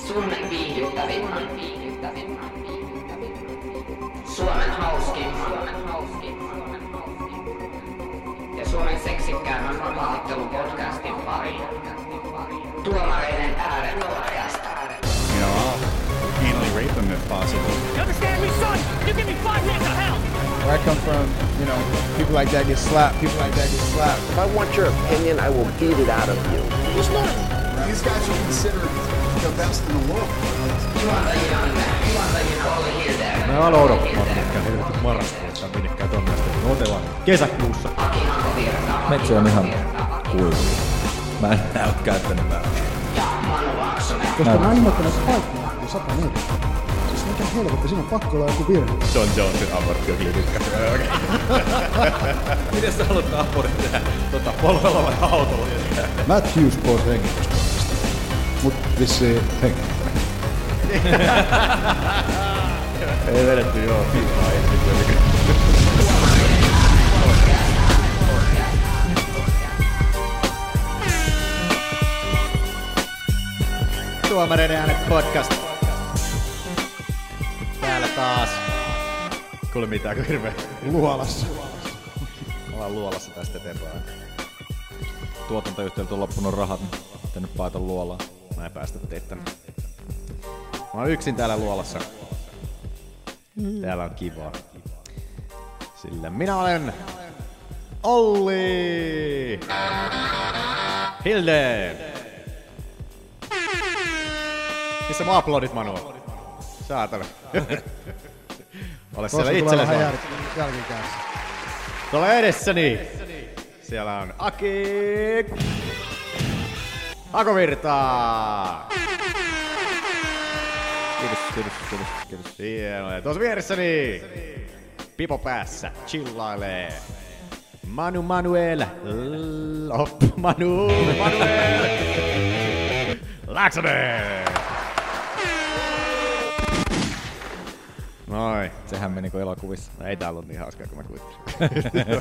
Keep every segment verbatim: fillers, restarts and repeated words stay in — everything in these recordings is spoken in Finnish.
Suomen viihdyttävimmän, Suomen hauskimman ja Suomen seksikkäämmän vapaa-ottelupodcastin pariin. Tuomareiden äären podcast. You know, I'll anally rape them if possible. You understand me, son? You give me five minutes of hell! Where I come from, you know, people like that get slapped, people like that get slapped. If I want your opinion, I will beat it out of you. Who's not? These guys are considered the best in the world. Mä en ala odottaa minnekään helvetit marraskuussa minnekään tuommoista. Me otellaan kesäkuussa. Metsä on ihan kuiva. Mä en näy käyttänyt mä. Koska mä en ymmärtänyt, että paikkaa on sata neljä. Siis mikä helvetti, siinä on pakko olla joku virhe. John Jonesin aborttioklinikka. Miten sä haluat abortti tehdä tota, polvella vai autolla? Matt Hughes pois hengityskoneesta. Mut vissiin hengittää. Ei vedetty joo, piipaa ensin. Tuomareiden äänet podcast. Täällä taas. Kuule mitään kuin hirveä. Luolassa. Ollaan luolassa tästä eteenpäin. Tuotantoyhtiöltä on loppunut rahat, niin tänne paita luolaa. Mä en päästä teitä tänne. Mä oon yksin täällä luolassa. Täällä on kivaa. Sillä minä olen Olli Hilde. Missä mun aplodit, Manu? Saatana. Ole siellä itsellesi vaan. Jälkikäessä. Tuolla edessäni. Siellä on Aki Akovirta. Kiitos, kiitos, kiitos, kiitos. Hienoa. Ja tuossa vieressäni pipo päässä chillailee Manu Manuel L- oh, Manu Manuel Laaksonen. Noin. Sehän meni kuin elokuvissa. No ei tää ollut niin hauskaa kuin mä kuvittelin.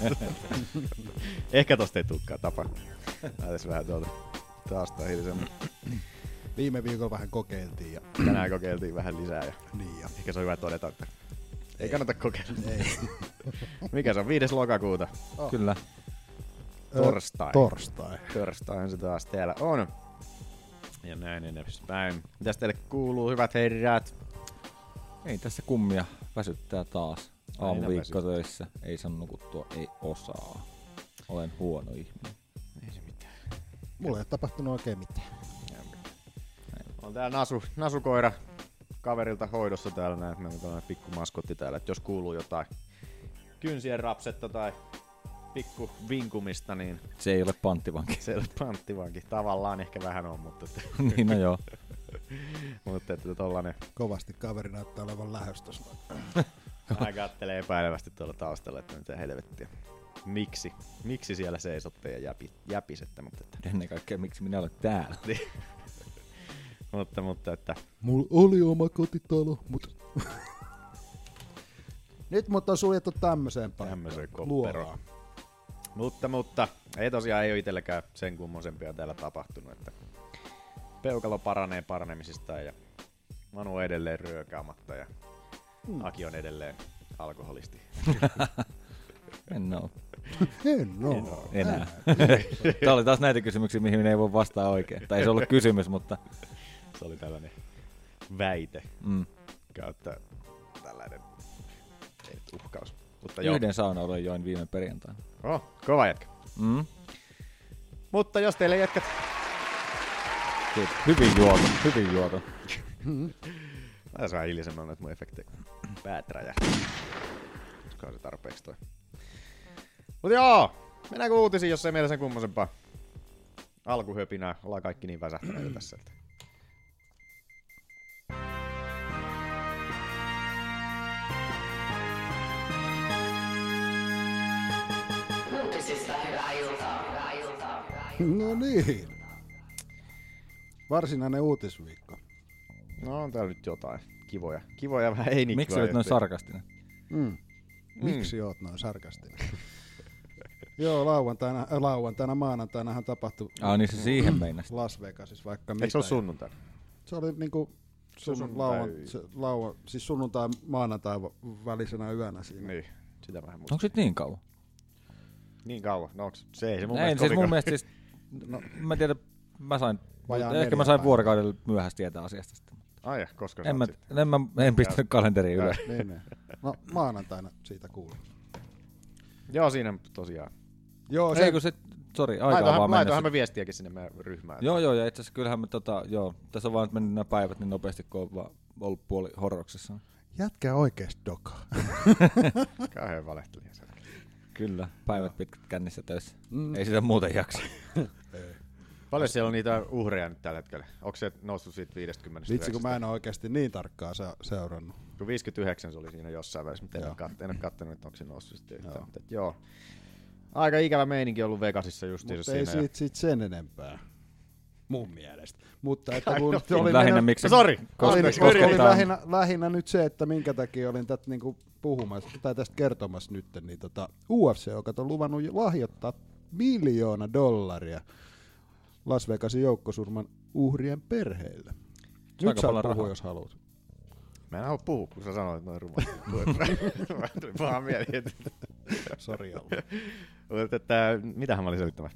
Ehkä tosta ei tulekaan tapa. Laitais vähän tuolta taastaan hiilisemmin. Viime viikolla vähän kokeiltiin ja... Tänään kokeiltiin vähän lisää ja, Niin ja... ehkä se on hyvä todeta, että ei, ei kannata kokeilla. Ei. Mikä se on? viides lokakuuta. Oh. Kyllä. Torstai. Torstai. Torstaihan se taas täällä on. Ja näin edespäin. Mitäs teille kuuluu, hyvät herrat? Ei tässä kummia. Väsyttää taas. Aina Aamuviikko töissä. Ei saa nukuttua, ei osaa. Olen huono ihminen. Ei se mitään. Mulla ei ole tapahtunut oikein mitään. On tää Nasu, Nasukoira kaverilta hoidossa täällä näin. Meillä on tällainen pikku maskotti täällä, että jos kuuluu jotain kynsien rapsetta tai pikku vinkumista, niin Se ei ole panttivanki. se ei ole panttivanki. Tavallaan ehkä vähän on, mutta että, Niin no joo. mutta että tollanen Kovasti kaveri näyttää olevan lähöstössä. aika kattelee epäilevästi tuolla taustalla, että mitä helvettiä. Miksi? Miksi siellä seisotte ja jäpi, jäpisette? Mutta, että, Ennen kaikkea miksi minä olen täällä. mutta, mutta että Mulla oli oma kotitalo, mut... Nyt mut on suljettu tämmöiseen paikkaan. tämmöiseen kopperoon. Mutta, mutta ei tosiaan ei ole itselläkään sen kummosempia täällä tapahtunut, että peukalo paranee paranemisistaan ja Manu on edelleen ryökaamatta ja Hmm. Aki on edelleen alkoholisti. En oo. En oo. Enää. Tää oli taas näitä kysymyksiä, mihin ei voi vastaa oikein. Tai ei se ollut kysymys, mutta... Se oli tällainen väite Mm. kautta tällainen ei nyt uhkaus. Mutta joo. Yhden saunaudun join viime perjantaina. Oh, kova jätkä. Mm. Mutta jos teille jätkät... Kiitos. Hyvin juotu, hyvin juotu. Mä tässä vähän hiljaisemmin noita mun efektejä. Päät räjähti. Olisikohan se tarpeeksi toi. Mut joo! Mennäänkö uutisiin, jos ei meillä sen kummosempaa alkuhöpinää. Ollaan kaikki niin väsähtäneitä tässä. Uutisista hyvää iltaa, hyvää iltaa, hyvää iltaa. No niin. Varsinainen uutisviikko. No on täällä nyt jotain kivoja. Kivoja vähän ei niin Miksi kivoja olet noin juttuja. sarkastinen? Mm. Miksi oot noin sarkastinen? Joo, lauantaina, äh, lauantaina maanantainahan tapahtui Ah, niin se siihen meinasi. Las Vegasissa vaikka Eikö se mitä. ole sunnuntaina? Se oli niinku sun sunnuntai- lauan, se, lauan, siis sunnuntai maanantai välisenä yönä siinä. Niin, sitä vähän muistan. Onko sit niin kauan? Niin kauan? No onks, se ei se mun Ei, mielestä siis mun kovinkaan- mielestä siis, no, mä tiedän, mä sain, Vajaa ehkä neljä mä sain päivää. vuorokaudella myöhässä tietää asiasta sitten. Ai ja, koska En mä, sä oot sit- en mä, en pistänyt kalenteriin ylös. Niin, niin. No maanantaina siitä kuulin. Joo, siinä tosiaan. Joo, Ei kun se, sori, aikaa Laitoinhan, vaan laitoinhan mennä. me viestiäkin sinne meidän ryhmään. Joo, joo, ja itse asiassa kyllähän me tota, joo, tässä on vaan nyt mennyt nämä päivät niin nopeasti, kun on vaan ollut puoli horroksessa. Jätkä oikeesti dokaa. Kauhean valehtelija se. Kyllä, päivät pitkät kännissä töissä. Mm. Ei sitä muuten jaksa. Paljon siellä on niitä uhreja nyt tällä hetkellä? Onko se noussut siitä viisikymmentä? Vitsi, kun mä en ole oikeasti niin tarkkaan se- seurannut. Kun viisikymmentäyhdeksän se oli siinä jossain välissä, mutta en Joo. ole, kat- en ole kattonut, että onko se noussut sitten yhtään. Joo. Mutta, et joo. Aika ikävä meininki ollut Vegasissa justiinsa Mutta ei siinä. siitä, siitä sen enempää. Mun mielestä. Mutta että Ai, kun no, se oli Lähinnä mennyt- miksi? No, sori. Koska, Oli, Anteeksi, koska oli tää on- lähinnä, lähinnä nyt se, että minkä takia olin tästä niinku puhumassa tai tästä kertomassa nyt, niin tota U F C, joka on luvannut lahjoittaa miljoona dollaria Las Vegasin joukkosurman uhrien perheille. Nyt aika saa paljon puhua, rahaa. jos haluat. Mä en halua puhua, kun sä sanoit noin rumat. Mä tuli paha mieli. että- Sori Allu. Mutta että, mitähän mä olin selittämässä?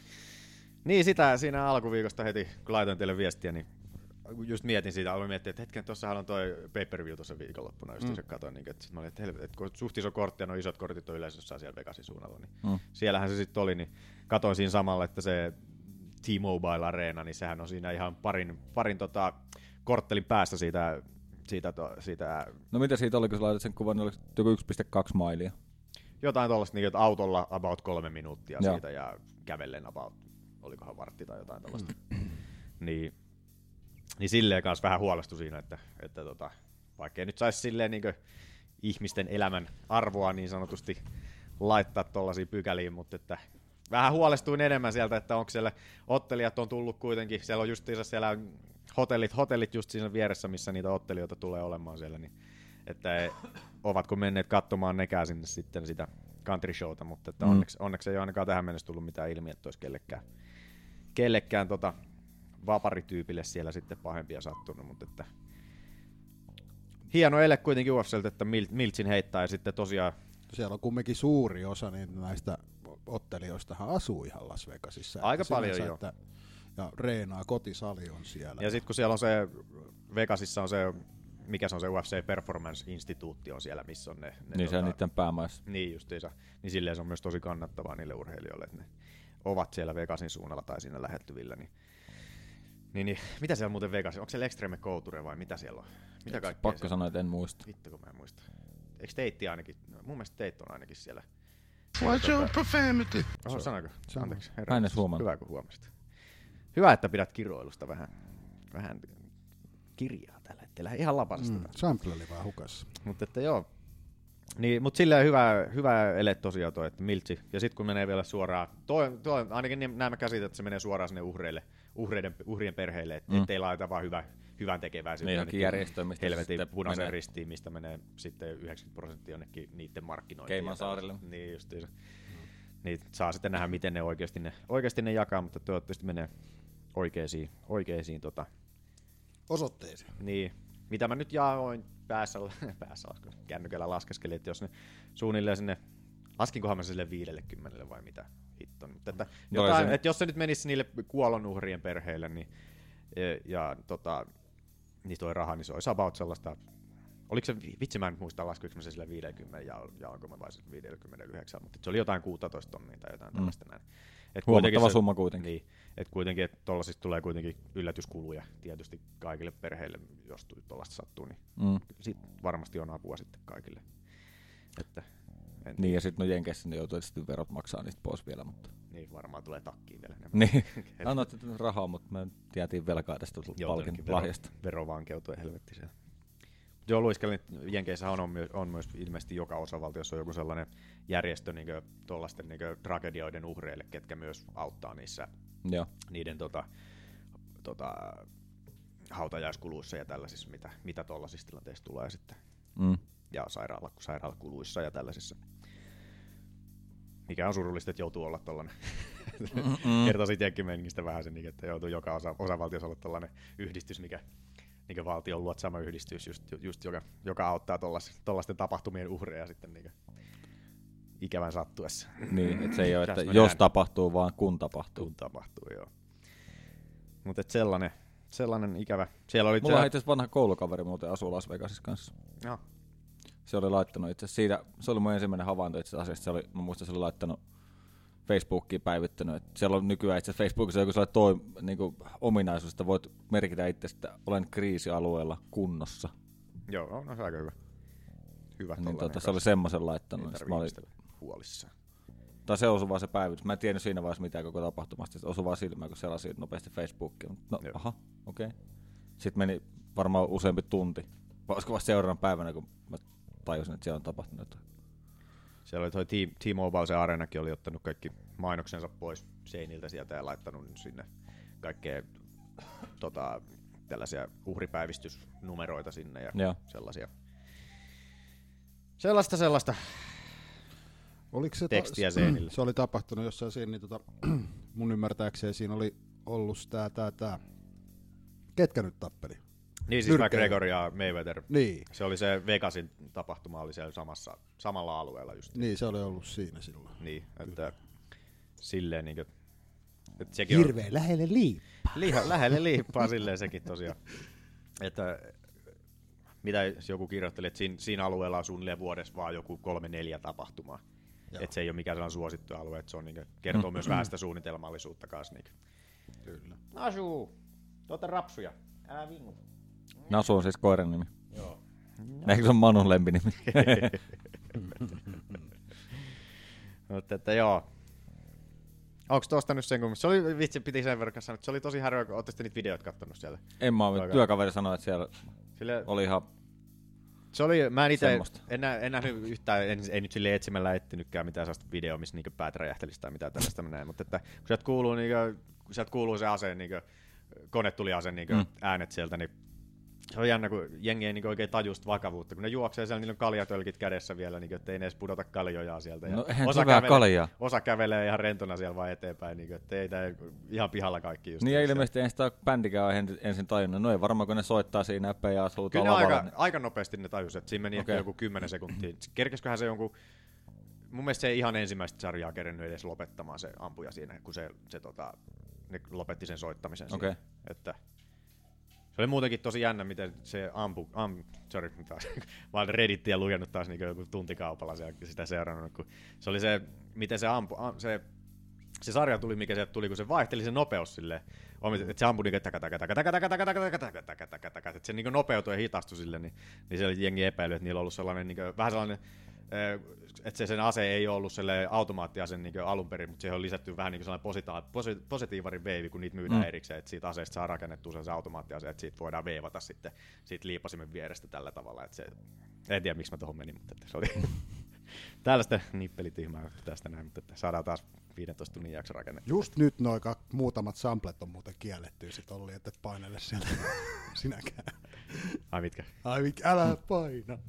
Niin sitä siinä alkuviikosta heti, kun laitoin teille viestiä, niin just mietin siitä, aloin miettiä, että hetken, tossahan on toi pay-per-view tuossa viikonloppuna, just mm. se katsoin, niin, että sit mä olin, että helvetti, että kun suht iso kortti ja no isot kortit on yleensä jossain siellä Vegasin suunnalla, niin Mm. siellähän se sitten oli, niin katsoin siinä samalla, että se T-Mobile Arena, niin sehän on siinä ihan parin, parin tota, korttelin päästä siitä, siitä, to, siitä No mitä siitä oli, kun sä laitat sen kuvan, niin oliko joku yksi pilkku kaksi mailia? jotain tuollaista, niin, että autolla about kolme minuuttia Joo. siitä ja kävellen about, olikohan vartti tai jotain tällaista. niin, niin silleen kanssa vähän huolestui siinä, että, että tota, vaikka ei nyt saisi silleen niin ihmisten elämän arvoa niin sanotusti laittaa tollaisiin pykäliin, mutta että vähän huolestuin enemmän sieltä, että onko siellä ottelijat on tullut kuitenkin, siellä on justiinsa siellä hotellit, hotellit just siinä vieressä, missä niitä ottelijoita tulee olemaan siellä, niin että ei, ovatko menneet katsomaan nekään sinne sitten sitä country showta, mutta että Mm. onneksi, onneksi ei ole ainakaan tähän mennessä tullut mitään ilmiä, että olisi kellekään, kellekään tota vaparityypille siellä sitten pahempia sattunut, mutta että hieno ele kuitenkin U F C:ltä, että Mil- Miltsin heittää ja sitten tosiaan Siellä on kumminkin suuri osa niin näistä ottelijoistahan asuu ihan Las Vegasissa. Aika Että paljon, sinänsä, joo. että, ja reenaa, kotisali on siellä. ja sitten kun siellä on se, Vegasissa on se, mikä se on se U F C Performance Instituutti on siellä, missä on ne. ne Niin se on niiden päämaissa. Niin justiinsa. Niin silleen se on myös tosi kannattavaa niille urheilijoille, että ne ovat siellä Vegasin suunnalla tai siinä lähettyvillä. Niin, niin, niin mitä siellä muuten Vegas? Onko siellä Extreme Couture vai mitä siellä on? Mitä kaikkea Pakko siellä? sanoa, että en muista. Vittu kun mä en muista. Eikö Teitti ainakin? No, mun mielestä Teit on ainakin siellä. Watch your profanity. Oho, sanoiko? Sano. Anteeksi. Mä en edes huomannut. Hyvä kun huomasit. Hyvä, että pidät kiroilusta vähän, vähän kirjaa tällä hetkellä. Ihan lapasesta. Mm, sample oli vähän hukassa. Mutta että joo. Niin, mutta silleen hyvä, hyvä ele tosiaan toi, että Miltsi. Ja sitten kun menee vielä suoraan, toi, toi, ainakin nämä käsität, että se menee suoraan sinne uhreille, uhreiden, uhrien perheille, et, Mm. ettei laita vaan hyvä, hyvän tekevää Niin johonkin järjestöön, mistä helvetin sitten punaisen menee. ristiin, mistä menee sitten yhdeksänkymmentä prosenttia jonnekin niiden markkinointiin. Caymansaarille. Niin justiinsa. Niin saa sitten nähdä, miten ne oikeasti ne, oikeasti ne jakaa, mutta toivottavasti menee oikeisiin, oikeisiin tota, Osoitteisiin. niin, mitä mä nyt jaoin päässä, päässä kännykällä laskeskelin, että jos ne suunnilleen sinne, laskinkohan mä sille viisikymmentä vai mitä hitto. Mutta että, jotain, se- että jos se nyt menisi niille kuolonuhrien perheille, niin, ja, ja tota, niin toi raha, niin se olisi about sellaista, oliko se, vitsi mä en muista laskuinko mä se sille viisikymmentä ja jaoinko mä vai sille viisikymmentäyhdeksän, mutta se oli jotain kuusitoista tonnia tai jotain tällaista näin. Et Huomattava kuitenkin se- summa kuitenkin. Niin, että kuitenkin, että tollasista tulee kuitenkin yllätyskuluja tietysti kaikille perheille, jos tuollaista sattuu, niin Mm. sit varmasti on apua sitten kaikille. Että, en Niin ja sitten no Jenkeissä ne joutuu sitten verot maksaa niistä pois vielä, mutta... niin varmaan tulee takkiin vielä enemmän. Niin, annoitte rahaa, mutta me jäätiin velkaa tästä Joutunutkin palkin vero- lahjasta. Verovaankeutua helvetti siellä. Joo, luiskelin, että Jenkeissä on, on, myös, on myös ilmeisesti joka osavaltiossa on joku sellainen järjestö niin tuollaisten niin tragedioiden uhreille, ketkä myös auttaa niissä Joo. niiden tota, tota, hautajaiskuluissa ja tällaisissa, mitä, mitä tuollaisissa tilanteissa tulee sitten. Mm. Ja sairaala, sairaalakuluissa ja tällaisissa. Mikä on surullista, että joutuu olla tuollainen Kertoo siitä jenkkimeiningistä vähän sen, että joutuu joka osa, osavaltiossa olla tällainen yhdistys, mikä niin valtion luotsama yhdistys, just, just joka, joka auttaa tuollaisten tapahtumien uhreja sitten niin ikävän sattuessa. Niin, että se ei ole, että jos tapahtuu, vaan kun tapahtuu. Kun tapahtuu, joo. Mutta sellainen, sellainen ikävä. Siellä oli Mulla on itse asiassa vanha koulukaveri muuten asuu Las Vegasissa kanssa. Joo. Se oli laittanut itse asiassa siitä, se oli mun ensimmäinen havainto itse asiassa, se oli, mä muistan, se oli laittanut Facebookiin päivittänyt, että siellä on nykyään itse asiassa Facebookissa joku sellainen toi, niin kuin ominaisuus, että voit merkitä itse, että olen kriisialueella kunnossa. Joo, no se on aika hyvä. Hyvä niin tota, se oli semmoisen laittanut. Ei tarvitse huolissaan. Tai se osui vaan se päivitys. Mä en tiennyt siinä vaiheessa mitään koko tapahtumasta. Se osui vaan silmään, kun selasin nopeasti Facebookia. No, joo. Aha, okei. Okay. Sitten meni varmaan useampi tunti. Olisiko vasta seuraavana päivänä, kun mä tajusin, että siellä on tapahtunut jotain. Siellä oli toi T-Mobile, se Areenakin oli ottanut kaikki mainoksensa pois seiniltä sieltä ja laittanut sinne kaikkea tota, tällaisia uhripäivistysnumeroita sinne ja joo. sellaisia. Sellaista, sellaista Oliko se tekstiä ta- seinille. Se oli tapahtunut jossain siinä, niin tota, mun ymmärtääkseen siinä oli ollut tää, tää, tää. Ketkä nyt tappeli? Niin siis McGregor ja Mayweather. Niin. Se oli se Vegasin tapahtuma, oli siellä samassa, samalla alueella just. Niin, se oli ollut siinä silloin. Niin, että silleen niinkö... Että sekin hirveän on, lähelle liippaa. Liha, lähelle liippaa silleen sekin tosiaan. Että mitä joku kirjoitteli, että siinä, siinä alueella on suunnilleen vuodessa vaan joku kolme neljä tapahtumaa. Että se ei ole mikään sellainen suosittu alue, että se on niinkö, kertoo myös vähän sitä suunnitelmallisuutta kanssa. Niinkö. Kyllä. Nasu! Tuota rapsuja. Älä vingu. Nasu on siis koiran nimi. Joo. Eikö se on Manun lempinimi? Mutta että joo. Onko tuosta nyt sen kummassa? Se oli, vitsi, piti sen verran sanoa, että se oli tosi häröä, kun ootte niitä videoita kattonut siellä. En mä ole, työkaveri sanoi, että siellä Sille... oli ihan se oli, mä en ite, en, nä, en nähnyt yhtään, en, ei nyt silleen etsimällä etsinytkään mitään sellaista videoa, missä niinku päät räjähtelisi tai mitään tällaista näin, mutta että kun sieltä kuuluu, niinku, kun sieltä kuuluu se aseen, niinku, konetuliaseen niinku, mm. äänet sieltä, niin se on jännä, kun jengi ei niinku oikein tajusta vakavuutta, kun ne juoksee siellä, niillä on kaljatölkit kädessä vielä, niinku, ettei ne edes pudota kaljojaa sieltä. Ja no eihän osa, kävelee, kaljaa. Osa kävelee ihan rentona siellä vaan eteenpäin, niinku, ettei tää ihan pihalla kaikki just. Niin ja ilmeisesti ei sitä bändikään ole ensin tajunnut. No ei varmaan, kun ne soittaa siinä näppejä ja asuu kyllä lavalla. Aika, niin... aika nopeasti ne tajus, että siinä meni okay. ehkä joku kymmenen sekuntia. Kerkesiköhän se jonkun, mun mielestä se ei ihan ensimmäistä sarjaa kerennyt edes lopettamaan se ampuja siinä, kun se, se tota, ne lopetti sen soittamisen okay. siinä. Että se oli muutenkin tosi jännä, miten se ampu, am, sorry, taas, mä olen Reddittiä lujennut taas niin joku tuntikaupalla sitä seurannut, kun se oli se, miten se ampu, am, se, se sarja tuli, mikä sieltä tuli, kun se vaihteli se nopeus silleen, että se ampui niin taka taka taka taka taka taka taka taka taka taka taka, että se niin nopeutui ja hitastui silleen, niin, niin se oli jengi epäily, että niillä on ollut sellainen, niin kuin, vähän sellainen, että se sen ase ei ollut automaattiase niin alun perin, mutta siihen on lisätty vähän niin sellainen posita- posi- positiivarin veivi, kun niitä myydään mm. erikseen, että siitä aseesta saa rakennettua se automaattiase, että siitä voidaan veivata sitten siitä liipasimen vierestä tällä tavalla. Että se, en tiedä miksi mä tuohon menin, mutta se oli tällaista nippelityhmää tästä näin, mutta saadaan taas viidentoista tunnin jakso rakennettua. Just nyt noin muutamat samplet on muuten kielletty sit Olli, että et painele sieltä sinäkään. Ai mitkä? Ai mitkä, älä paina.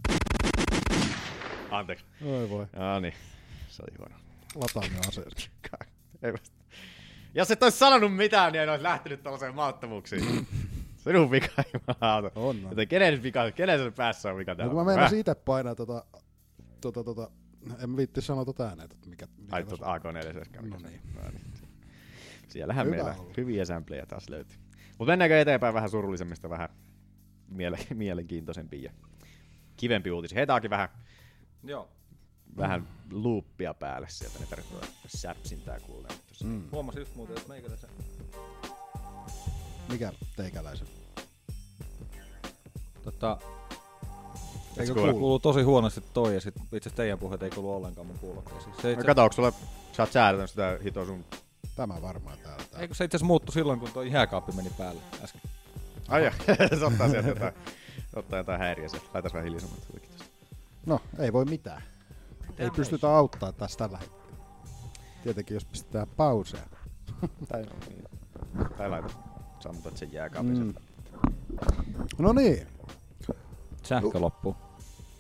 Anteeksi. Oi voi. Jaa niin, se oli huono. Lataan ne aseet. Jos et ois sanonut mitään, niin en ois lähtenyt tällaiseen maattomuuksiin. Sinun vika, jumalauta. On, on. Joten kenen vika, kenen sen päässä on vika täällä? No kun mä meinasin ite painaa tota, tota, tota, en viitti sanoa tota ääneen, mikä, mikä ai tuota A K neljäkymmentäseitsemän, mikä no niin. No niin. Siellähän hyvä meillä ollut. Hyviä sampleja taas löytyy. Mutta mennäänkö eteenpäin vähän surullisemmista, vähän miele- mielenkiintoisempiin ja kivempi uutisia. Heitaakin vähän, Joo. vähän loopia päälle sieltä, ne tarvitsee säpsintää kuulee. Mm. Huomasin just muuten, että meikäläisen. Mikä teikäläisen? Tota, eikö kuulu? kuuluu tosi huonosti toi ja sit itse asiassa teidän puheet ei kuulu ollenkaan mun kuulokkeisiin. Se no kato, onko sulla, sä oot säädänyt sitä hitoa sun... Tämä varmaan täällä. täällä. Eikö se itse asiassa muuttui silloin, kun toi jääkaappi meni päälle äsken? Ai ja, se ottaa sieltä jotain, ottaa jotain häiriä sieltä. Laitas vähän hiljaisemmat tulikin tästä. No, ei voi mitään. Mitä ei pystytä auttaa tässä tällä hetkellä. Tietenkin jos pistetään pausea. tai, niin. tai laita, sammutat sen jääkaapin mm. sieltä. No niin. Sähkö loppuu.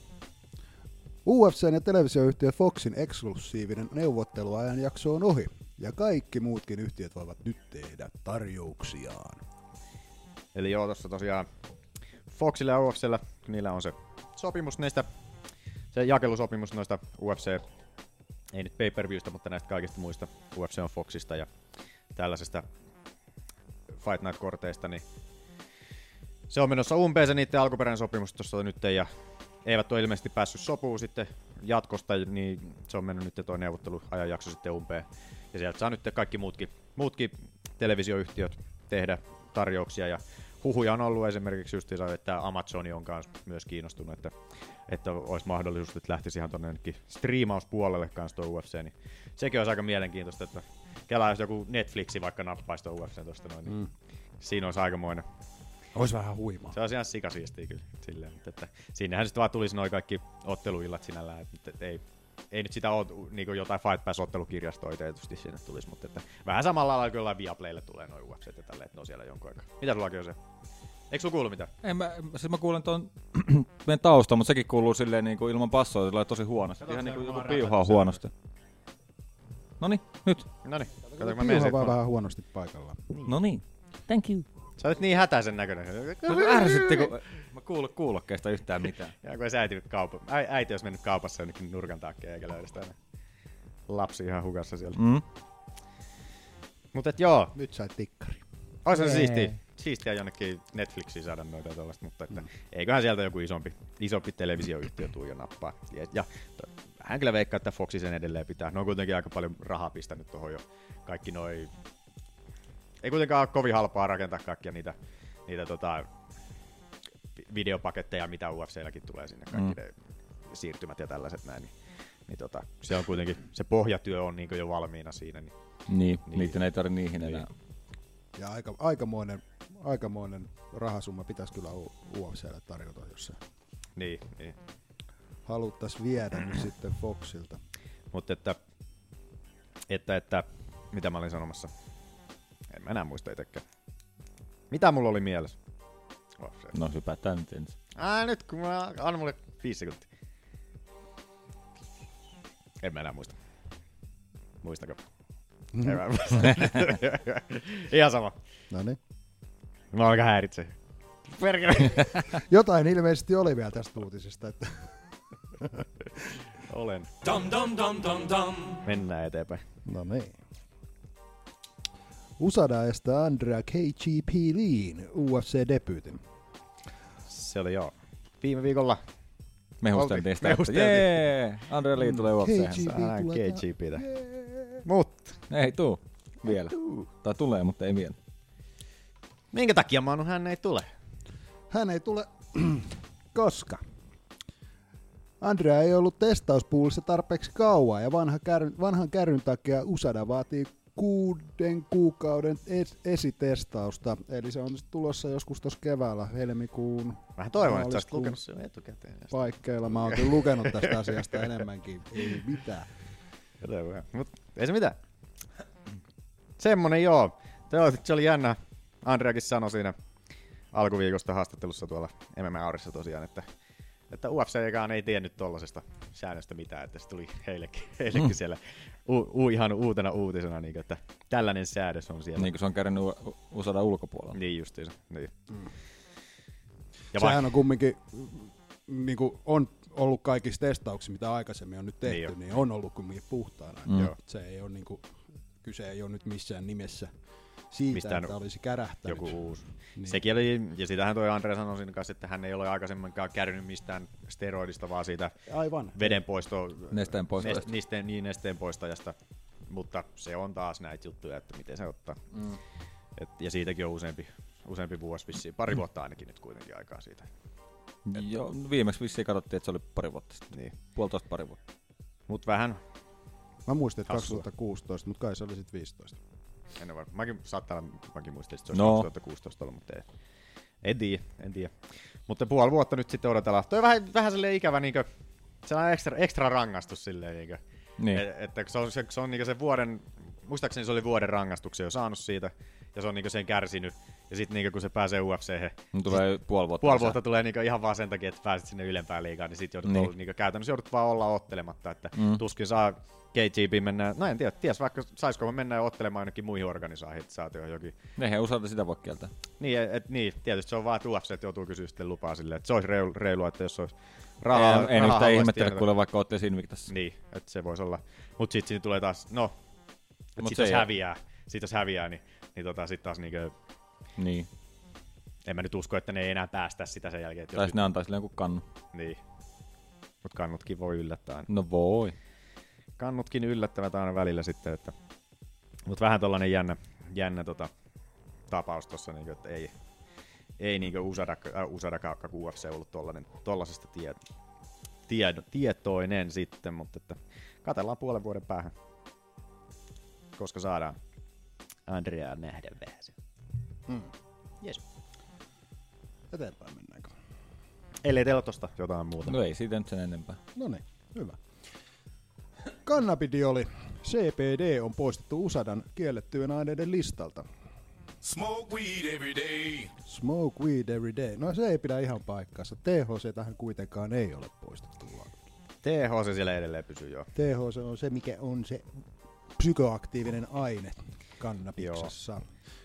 U F C:n ja televisioyhtiö Foxin eksklusiivinen neuvotteluajan jakso on ohi. Ja kaikki muutkin yhtiöt voivat nyt tehdä tarjouksiaan. Eli joo, tossa tosiaan Foxilla ja U F C:llä, niillä on se sopimus näistä, se jakelusopimus noista U F C, ei nyt pay-per-viewstä, mutta näistä kaikista muista, U F C on Foxista ja tällaisesta Fight Night-korteista, niin se on menossa umpeen se niiden alkuperäinen sopimus tuossa nyt, ja eivät ole ilmeisesti päässyt sopuun sitten jatkosta, niin se on mennyt nyt tuo neuvotteluajanjakso sitten umpeen. Ja sieltä saa nyt kaikki muutkin, muutkin televisioyhtiöt tehdä tarjouksia, ja huhuja on ollut esimerkiksi just, että Amazon on kanssa myös kiinnostunut, että, että olisi mahdollisuus, että lähtisi ihan tuonne striimauspuolelle kanssa tuo U F C, niin sekin olisi aika mielenkiintoista, että kelaa jos joku Netflixi vaikka nappaisi tuo U F C tuosta noin, niin mm. siinä olisi aikamoinen. Olisi vähän huimaa. Se olisi ihan sikasiistiä kyllä silleen, mutta että siinähän sitten vaan tulisi noin kaikki otteluillat sinällään, että, että ei, ei nyt sitä ole niin jotain Fight Pass-ottelukirjastoa tietysti sinne tulisi, mutta että vähän samalla lailla kuin jollain Viaplaylle tulee noin U F C ja tälleen, että ne on siellä jonkun aikaa. Mitä sullakin on se? Eikö sulla kuulu mitään? En mä, siis mä kuulen tuon meidän taustan, mutta sekin kuuluu silleen niin kuin ilman passoa, tosi huonosti. Ihan niin kuin joku piuhaa huonosti. Noniin, nyt. Noniin, kato kun mä menen vaan vähän huonosti paikallaan. Noniin, thank you. Sä olet niin hätäisen näköinen. Ärsytti, kun mä kuulu kuulokkeesta yhtään mitään. Ja kun äiti, kaupa, äiti olisi mennyt kaupassa jonnekin nurkan takia eikä löydä sitä lapsi ihan hukassa siellä. Mm. Mut et joo. Nyt sait tikkari. Ois se siistiä, siistiä jonnekin Netflixiin saada noita tollaista, mutta että mm. eiköhän sieltä joku isompi, isompi televisioyhtiö tuu ja nappaa. Ja, ja hän kyllä veikkaa, että Foxi sen edelleen pitää. Ne on kuitenkin aika paljon rahaa pistänyt tuohon jo. Kaikki noi... Ei kuitenkaan ole kovin halpaa rakentaa kaikkia niitä, niitä tota, videopaketteja, mitä U F C:lläkin tulee sinne, kaikki mm. ne siirtymät ja tällaiset näin. Niin, niin tota, se on kuitenkin, se pohjatyö on niin jo valmiina siinä. Niin, niin, niin niitä ei tarvitse niihin enää. Ja aika, aikamoinen, aikamoinen rahasumma pitäisi kyllä U F C:lle tarjota, jos se niin, niin. haluttaisiin viedä nyt sitten Foxilta. Mutta että, että, että, mitä mä olin sanomassa? En mä enää muista itekään. Mitä mulla oli mielessä? Oh, no hypätään nyt ensin. Ää, nyt kun mä annan mulle viisi sekuntia. En mä enää muista. Muistako? Mm-hmm. En mä muista. Ihan sama. Noniin. Mä alkaa häiritse. Perkele. Jotain ilmeisesti oli vielä tästä uutisesta, että... Olen. Dum dum dum dum dum. Mennään eteenpäin. No niin. U S A D A estää Andrea K G P Leen U F C-debyytin. Se oli joo. Viime viikolla mehusteltiin sitä, että jee, Andrea Lee tulee U F C:hen. Saadaan K G P:tä. Mutta. Ei tuu vielä. Tuu. Tai tulee, mutta ei vielä. Minkä takia Manu hän ei tule? Hän ei tule, koska Andrea ei ollut testauspuulissa tarpeeksi kauan ja vanha kär, vanhan kärryn takia U S A D A vaatii kuuden kuukauden es- esitestausta, eli se on tulossa joskus tuossa keväällä, helmikuun. Vähän toivon, että sä olisit lukenut sen etukäteen. Paikkeilla. Mä oon kyllä lukenut tästä asiasta enemmänkin, ei mitään. Mut ei se mitään. Semmonen joo. Se oli jännä. Andreakin sanoi siinä alkuviikosta haastattelussa tuolla M M A-aurissa tosiaan, että, että U F C-kaan ei tiennyt tollasesta säännöstä mitään, että se tuli heillekin, heillekin mm. siellä u, u, ihan uutena uutisena, niin, että tällainen säädös on siellä. Niin kuin se on käynyt U S A D A ulkopuolella. Niin justiinsa. Niin. Mm. Ja Sehän vai... on kumminkin, niin kuin on ollut kaikissa testauksissa, mitä aikaisemmin on nyt tehty, niin, niin on ollut kumminkin puhtaana. Mm. Se ei ole, niin kuin, kyse ei ole nyt missään nimessä siitä, mistään että olisi kärähtänyt. Joku uusi. Niin. Sekin oli, ja sitähän toi Andre sanoi siinä kanssa, että hän ei ole aikaisemminkaan kärrynyt mistään steroidista, vaan siitä Aivan. vedenpoisto, nesteen poistajasta. Nest, niin, nesteen poistajasta. Mutta se on taas näitä juttuja, että miten se ottaa. Mm. Et, ja siitäkin on useampi, useampi vuosi vissiin, pari vuotta ainakin nyt kuitenkin aikaa siitä. Et, Joo, viimeksi vissiin katsottiin, että se oli pari vuotta sitten. Niin. Puolitoista pari vuotta. Mut vähän. Mä muistin, että kaksituhattakuusitoista, mutta kai se oli sitten viisitoista. En ole varma. Mäkin saattaa, mäkin muistin, että se olisi no. kaksituhattakuusitoista ollut, mutta ei. En tiedä, en tiedä. Mutta puoli vuotta nyt sitten odotellaan. Toi on vähän, vähän silleen ikävä, niinkö, sellainen ekstra, ekstra rangaistus silleen, niinkö. Niin. Et, että se on, se, se on niinkö se vuoden, muistaakseni se oli vuoden rangaistuksen jo saanut siitä, ja se on niinku sen kärsinyt. Ja sitten niinku kun se pääsee U F C:hen, No tulee puoli vuotta. puoli vuotta tulee niinku ihan vaan sen takia, että pääset sinne ylempään liigaan, niin sit joudut Niin. olla, niinku, käytännössä joudut vaan olla ottelematta, että Mm. tuskin saa K G B mennä, no en tiedä, ties vaikka saisiko mennä ottelemaan jonnekin muihin organisaatioihin jokin. Eihän usalta sitä voi kieltää. Niin, et, et, niin, tietysti se on vaan, että U F C joutuu kysyä sitten lupaa silleen, että se olisi reilu, reilua, että jos olisi rahaa. Ei, ei rahaa yhtään ihmettele, tienata. kuule vaikka ootte Invictassa. Niin, että se voisi olla. Mut sit siinä tulee taas, no, että Mut sit se jos ei- häviää, sit jos häviää, niin, niin tota sit taas niinkö, Niin. en mä nyt usko, että ne ei enää päästä sitä sen jälkeen. Että Tai jos ne antaa sille jonkun kannu. Niin. Mut kannutkin voi yllättää aina. No voi. Kannutkin yllättävät aina välillä sitten, että... Mut vähän tollanen jännä, jännä tota, tapaus tossa, niinku, että ei, ei niinku Usada, äh, Usada kautta U F C ollut tollanen, tollasesta tie, tie, tietoinen sitten, mutta että katsellaan puolen vuoden päähän, koska saadaan Andreaa nähdä vähän se. Mm. Yes. Eteenpäin mennäänkö? Ellei teillä ole tosta jotain muuta. No ei siitä nyt sen enempää. No niin, hyvä. Cannabidioli, C B D, on poistettu U S Adan kiellettyjen aineiden listalta. Smoke weed every day. Smoke weed every day. No se ei pidä ihan paikkaansa. T H C tähän kuitenkaan ei ole poistettu. T H C siellä edelleen pysyy joo. T H C on se, mikä on se psykoaktiivinen aine kannabiksessa.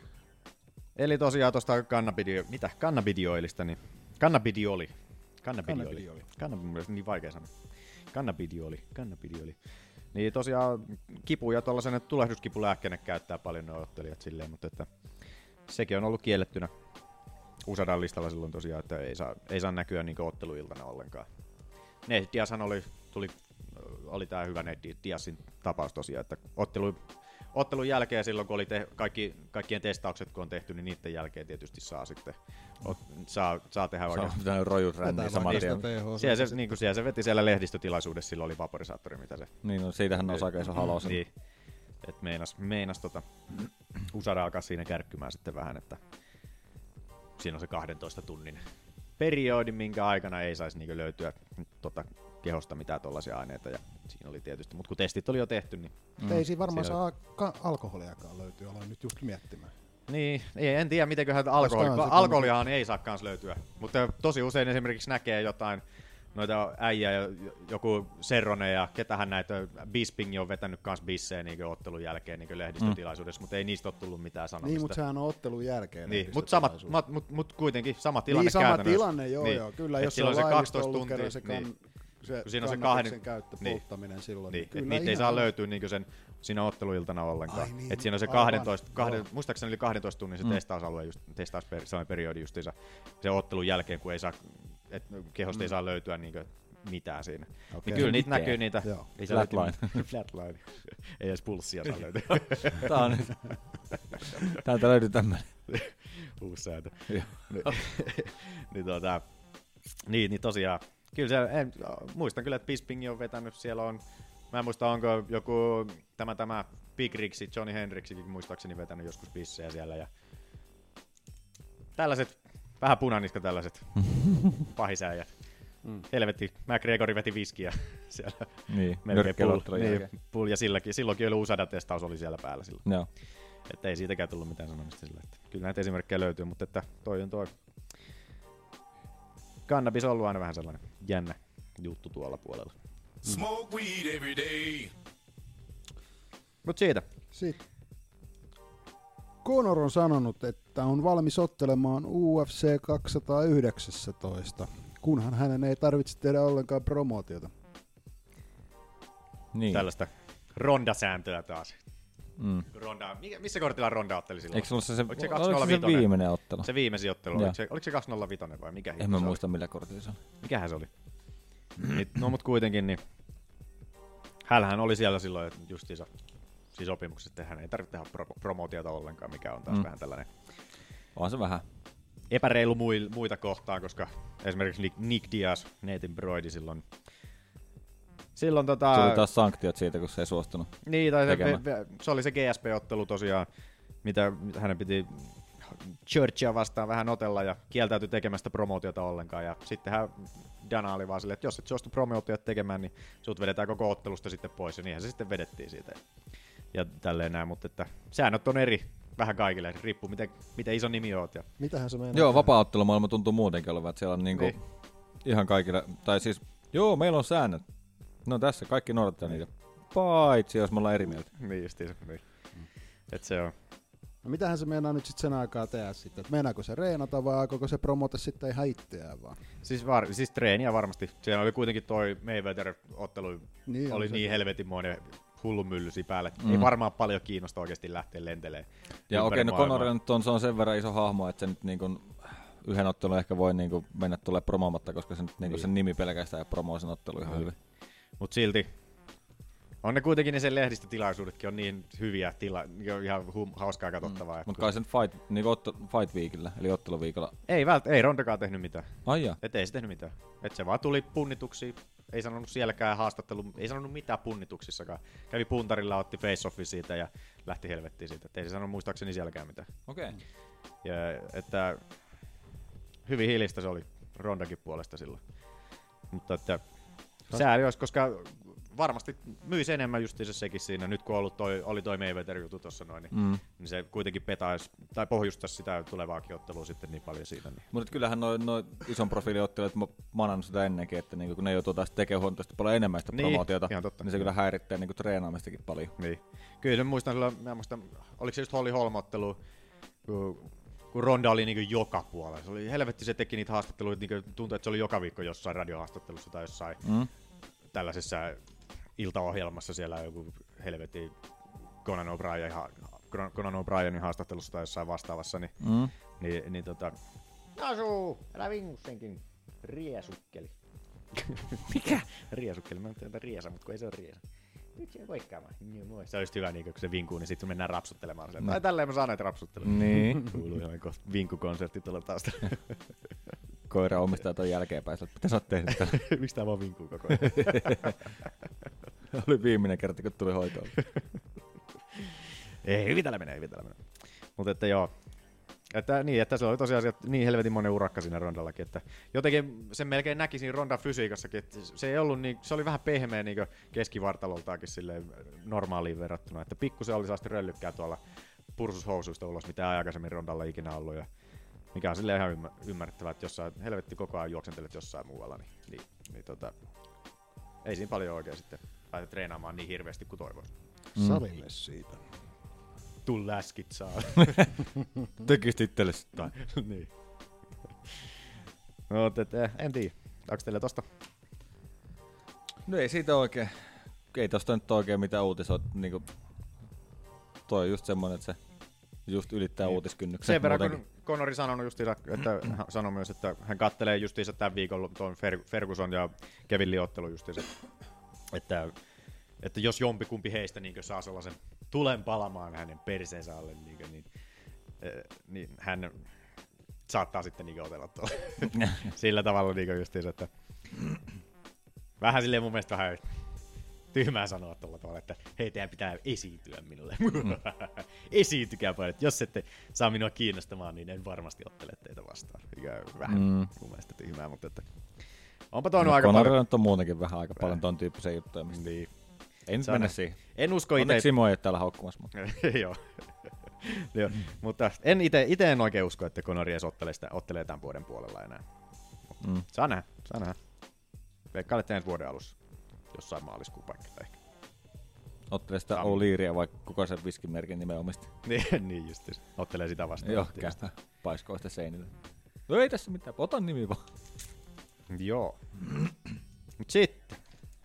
Eli tosiaan tuosta cannabidio, mitä? Cannabidioilista, niin cannabidioli. Cannabidioli. Cannabidioli. Cannabidioli, niin vaikea sanoa. Cannabidioli, cannabidioli. Niin tosiaan kipuja tuollaisen tulehduskipulääkkeenä käyttää paljon ne ottelijat silleen, mutta että sekin on ollut kiellettynä U S Adan listalla silloin tosiaan, että ei saa, ei saa näkyä niin otteluiltana ollenkaan. Nate Diazhan oli, tuli, oli tää hyvä Nate Diazin tapaus tosiaan, että ottelu, ottelun jälkeen silloin kun oli te, kaikki, kaikkien testaukset kun on tehty, niin niiden jälkeen tietysti saa sitten ot, saa, saa tehdä Se oikein. on pitänyt rojut ränniä saman tien. Siellä se, niin kuin siellä se veti siellä lehdistötilaisuudessa, silloin oli vaporisaattori, mitä se... Niin, no siitähän on Osaka iso haloo sen. Niin, että meinas, meinas tota, Usada alkaa siinä kärkkymään sitten vähän, että siinä on se kahdentoista tunnin periodi, minkä aikana ei saisi niinku löytyä tota, kehosta mitään tollaisia aineita, ja siinä oli tietysti, mutta kun testit oli jo tehty, niin... Mm. Ei siinä varmaan Siellä- saa ka- alkoholiakaan löytyä, aloin nyt just miettimään. Niin, ei, en tiedä mitenköhän alkoholi, Koska on se alkoholiahan ei saa kans löytyä, mutta tosi usein esimerkiksi näkee jotain noita äijää, ja joku Serronen ja ketähän näitä, Bisping on vetänyt kans bissejä niin ottelun jälkeen niin lehdistötilaisuudessa, mm. mutta ei niistä ole tullut mitään sanomista. Niin, mutta sehän on ottelun jälkeen. Niin, mutta sama, mut, mut, mut kuitenkin sama tilanne niin, sama käytännössä. tilanne, joo, niin. joo. Kyllä, Et jos se silloin on se laillista kaksitoista ollut tuntia, kerran se, kan, niin. se Kun siinä on se kannabiksen kahden- käyttö, niin. polttaminen silloin. Niin, Niin, et kyllä niitä ei ihan- saa löytyä niinku sen, siinä otteluiltana ollenkaan. Ai niin, Et siinä on se aivan. kahdentoista, kahden, Joo. muistaakseni oli kahdentoista tunnin se Mm. testausalue, just, testausperi, sellainen periodi justiinsa se ottelun jälkeen, kun ei saa, et kehosta ei saa löytyä niinku mitään siinä. Okei. Niin kyllä niitä Mitään. näkyy niitä. Joo. Ei saa löytyä- Flatline. Flatline. Ei edes pulssia saa löytyä. Tää on nyt. Täältä löytyy tämmönen. Uusi sääntö. Joo. niin, niin, tota, niin, niin tosiaan, kyllä se, en, muistan kyllä, että Bisping on vetänyt, siellä on, mä en muista onko joku, tämä, tämä Big Rixi, Johnny Hendrixikin muistaakseni vetänyt joskus bissejä siellä ja tällaiset, vähän punaniska tällaiset pahisäijät. Mm. Helvetti, McGregori veti viskiä siellä. Niin, Melkein pull, nyrkkeilottelun niin, jälkeen. pull, ja silläkin, silloinkin oli U S A-testaus oli siellä päällä silloin. Joo. Että ei siitäkään tullut mitään sanomista sillä, että kyllä näitä esimerkkejä löytyy, mutta että toi on toi kannabis on ollut aina vähän sellainen jännä juttu tuolla puolella. Smoke weed every day. Mut siitä. Sitten. Conor on sanonut, että on valmis ottelemaan U F C kaksisataayhdeksäntoista, kunhan hänen ei tarvitse tehdä ollenkaan promootiota. Niin. Tällaista Ronda-sääntöä taas. Mm. Ronda, mikä, missä kortilla Ronda otteli silloin? Eikö se ollut se, se, Oliko se oliko se kaksisataaviisi? viimeinen ottelu? Se viimeisin ottelu, Joo. oliko se, oliko se kaksisataaviisi vai mikä? En hitto mä se muista millä kortilla se on. oli? Mikähän se oli? niin, no mut kuitenkin, niin hänhän oli siellä silloin että justiinsa siis sopimuksessa, että hän ei tarvitse tehdä pro- promootiota ollenkaan, mikä on taas Mm. vähän tällainen On se vähän. epäreilu mui, muita kohtaan, koska esimerkiksi Nick, Nick Diaz, Nathan Broidi silloin, silloin tota... Se oli taas sanktiot siitä, kun se ei suostunut. Niin, tai se, tekemään. ve, se oli se G S P-ottelu tosiaan, mitä hänen piti Churchia vastaan vähän otella ja kieltäytyi tekemästä promootiota ollenkaan. Ja sittenhän Dana oli vaan silleen, että jos et suostu promootiota tekemään, niin sut vedetään koko ottelusta sitten pois. Ja niinhän se sitten vedettiin siitä. Ja tälleen näin, mutta että säännöt on eri vähän kaikille, riippuu miten, miten iso nimi oot. Ja... Mitähän se meinaat? Joo, vapaa-ottelumaailma tuntuu muutenkin olevan, että siellä on niinku Niin. ihan kaikille, tai siis, joo, meillä on säännöt. No tässä, kaikki noudattaa niitä. Paitsi, jos me ollaan eri mieltä. Niin justiinsa, niin. Et se on. No mitähän se meinaa nyt sit sen aikaa tehdä sitten? Et meinaako se reenata vai aikooko se promota sitten ihan itseään vaan? Siis, var, siis treeniä varmasti. Siellä oli kuitenkin toi Mayweather-ottelu, Niin, oli se. niin helvetinmoinen hullunmyllysi päälle. Mm. Ei varmaan paljon kiinnosta oikeasti lähteä lentelemään. Ja okei, ympäri no maailmaa. Conor nyt on, se on sen verran iso hahmo, että se nyt niinku yhden ottelun ehkä voi niinku mennä tulee promomatta, koska se nyt niinku Niin. sen nimi pelkästään ja promoo sen ottelu ihan Mm. hyvin. Mut silti. On ne kuitenkin ne sen lehdistötilaisuudetkin on niin hyviä, tila, ihan hum, hauskaa katsottavaa. Mm. että Mutta kun- kai sen fight, niinku otto, fight weekillä, eli otteluviikolla. Ei vält, ei Rondakaan tehnyt mitään. Ai jaa. Et ei se tehnyt mitään. Et se vaan tuli punnituksi. Ei sanonut sielläkään haastattelu, ei sanonut mitään punnituksissakaan. Kävi puntarilla, otti face-offi siitä ja lähti helvettiin siitä. Et ei se sanonut muistaakseni sielläkään mitään. Okei. Okay. Ja, että hyvin hiilistä se oli Rondakin puolesta silloin. Mutta että sääli olisi, koska varmasti myisi enemmän justiinsa sekin siinä. Nyt kun ollut toi, oli toi Mayweather-jutu tuossa noin, niin, Mm. niin se kuitenkin petaisi tai pohjustaisi sitä tulevaakin ottelua sitten niin paljon siitä. Niin. Mutta kyllähän noin noi ison profiilin ottelijat, mä manannut sitä ennenkin, että niinku, kun ne joutuu taas tekemään huomattavasti paljon enemmän sitä Niin, promootiota, ihan totta. niin se kyllä häirittää niinku treenaamistakin paljon. Niin. Kyllä se muistan silloin, mä muistan, oliko se just Holly Holm-ottelu, kun, kun Ronda oli niinku joka puolella. Se oli helvetti, se teki niitä haastatteluita, niinku tuntui, että se oli joka viikko jossain radiohaastattelussa tai jossain Mm. tällaisessa iltaohjelmassa siellä joku helvetti Conan O'Brien, ha- Conan O'Brienin haastattelussa tai jossain vastaavassa, niin, Mm. niin, niin tota... Asu, älä vingu senkin, riesukkeli. Mikä? Riesukkeli, mä en tiedä riesa, mutta kun ei se ole riesa. Nyt se voikkaamaan. Se olisi hyvä, niin kun se vinkuu, niin sitten mennään rapsuttelemaan. No. Tai tälleen mä saan näitä rapsuttelemaan. Niin. Kuuluu ihan kohta vinkukonsertti tuolla taas. Koira omistaa ton jälkeenpäin, että mitä sä oot tehnyt tällä? Miksi tää vaan vinkuu koko ajan? Oli viimeinen kerta, kun tuli hoitoon. Ei, hyvin täällä menee, hyvin täällä menee. Mutta että joo. Että, niin, että se oli tosiaan niin helvetin monen urakka siinä Rondallakin, että jotenkin sen melkein näki siinä Rondan fysiikassakin, että se ei ollut niin, se oli vähän pehmeä niin keskivartaloltaakin silleen normaaliin verrattuna, että pikkusen oli saasti röllykkää tuolla pursushousuista ulos, mitä ei aikaisemmin Rondalla ikinä ollut, ja mikä on silleen ihan ymmär- ymmärrettävää, että jossain helvetti koko ajan juoksentelet jossain muualla, niin, niin, niin tota, ei siinä paljon oikein sitten pääse treenaamaan niin hirveästi kuin toivoisi. Mm. Salille siitä. Tuu läskit saa. Tekisit itsellesi tai. Niin. No, et, eh, en tiedä. Onko teillä tosta? No ei siitä oikein. Ei tosta nyt oikein mitään uutisoit. Niinku, toi on just semmonen, että se just ylittää Niin. uutiskynnyksen. Sen verran, muutenkin. kun Conori sanonut justiinsa, että hän sanoi myös, että hän kattelee justiinsa tämän viikon tuon Fer- Ferguson ja Kevin Lee ottelu justiinsa, että, että jos jompikumpi heistä niin saa sellaisen tulen palamaan hänen perseensä alle, niin, niin, eh, niin hän saattaa sitten niin otella tuolla. Sillä tavalla niin justiinsa, että vähän silleen mun mielestä vähän tyhmää sanoa tuolla tavalla, että hei, teidän pitää esiintyä minulle. Mm. Esiintykää paljon, että jos ette saa minua kiinnostamaan, niin en varmasti ottele teitä vastaan. Mikä vähän Mm. mun mielestä tyhmää, mutta että onpa tuonut No, aika Conorilla paljon. nyt on muutenkin vähän aika paljon ton tyyppisiä juttuja. Mistä Niin. ei nyt Se on mennä nä- siihen. En usko itse. Onneksi Simo ei ole täällä haukkumassa. Mutta. Joo. Joo. Mutta en ite, ite en oikein usko, että Conor edes ottelee, sitä, ottelee tämän vuoden puolella enää. Mm. Saa nähdä, saa nähdä. Veikkailette ensi vuoden alussa. Jossain maaliskuun paikalla ehkä. Ottelee sitä Sami. O'Learya, vaikka kuka sen viskimerkin nimen omisti. niin, niin just. Ottelee sitä vastaan. Joo, käypä paiskoo sitä seinille. No ei tässä mitään, ota nimi vaan. Joo. Mut sitten.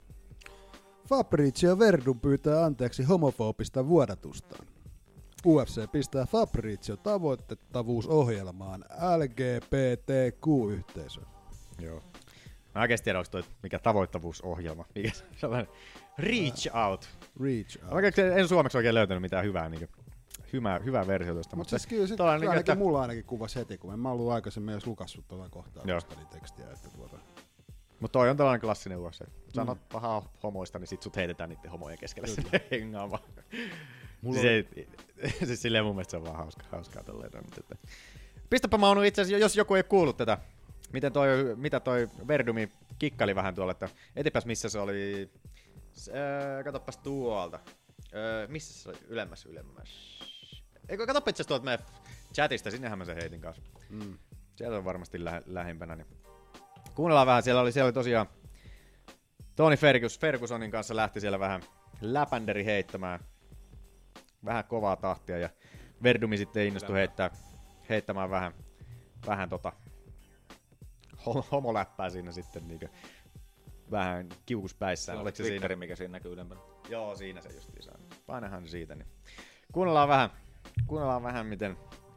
Fabrizio Verdun pyytää anteeksi homofobista vuodatustaan. U F C pistää Fabrizio tavoitettavuusohjelmaan L G B T Q-yhteisön. Joo. Mä oikeesti tiedä, onko toi mikä tavoittavuusohjelma. Mikä se on sellainen Reach Out. Reach out. Mä en suomeksi oikein löytänyt mitään hyvää, niin hyvää, hyvää versiota tosta. Mutta siis kyllä, sit, tollanen kyllä niinku, ainakin että- mulla ainakin kuvasi heti, kun en mä ollut aikaisemmin edes lukassut tuota kohtaa Joo. tuosta tekstiä. Että tuota. Mut toi on tällainen klassinen U F C. Sanot mm. pahaa homoista, niin sit sut heitetään niitten homojen keskelle silleen hengaamaan. Siis, ei, siis silleen mun mielestä se on vaan hauska, hauskaa tolleen. Mutta että. Pistäpä Maunu itse asiassa, jos joku ei kuullut tätä, miten toi, mitä toi Verdumi kikkaili vähän tuolla, että etipäs missä se oli, öö, katsopas tuolta, öö, missä se oli, ylemmäs, ylemmäs, Eikö katsopa itse tuolta meidän chatista, sinnehän mä sen heitin kanssa. Mm. Sieltä on varmasti lähe, lähimpänä. Niin. Kuunnellaan vähän, siellä oli, siellä oli tosiaan Tony Fergus, Fergusonin kanssa lähti siellä vähän läpänderi heittämään. Vähän kovaa tahtia ja Verdumi sitten innostui heittää, heittämään vähän, vähän tota homoläppää siinä sitten niinkö vähän kiukuspäissään. Se Oliko se Twitteri, siinä? mikä siinä näkyy ylempänä. Joo, siinä se justiin saa. Painahan siitä. Niin. Kuunnellaan vähän, kuunnellaan vähän miten,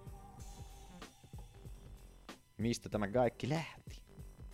mistä tämä kaikki lähti.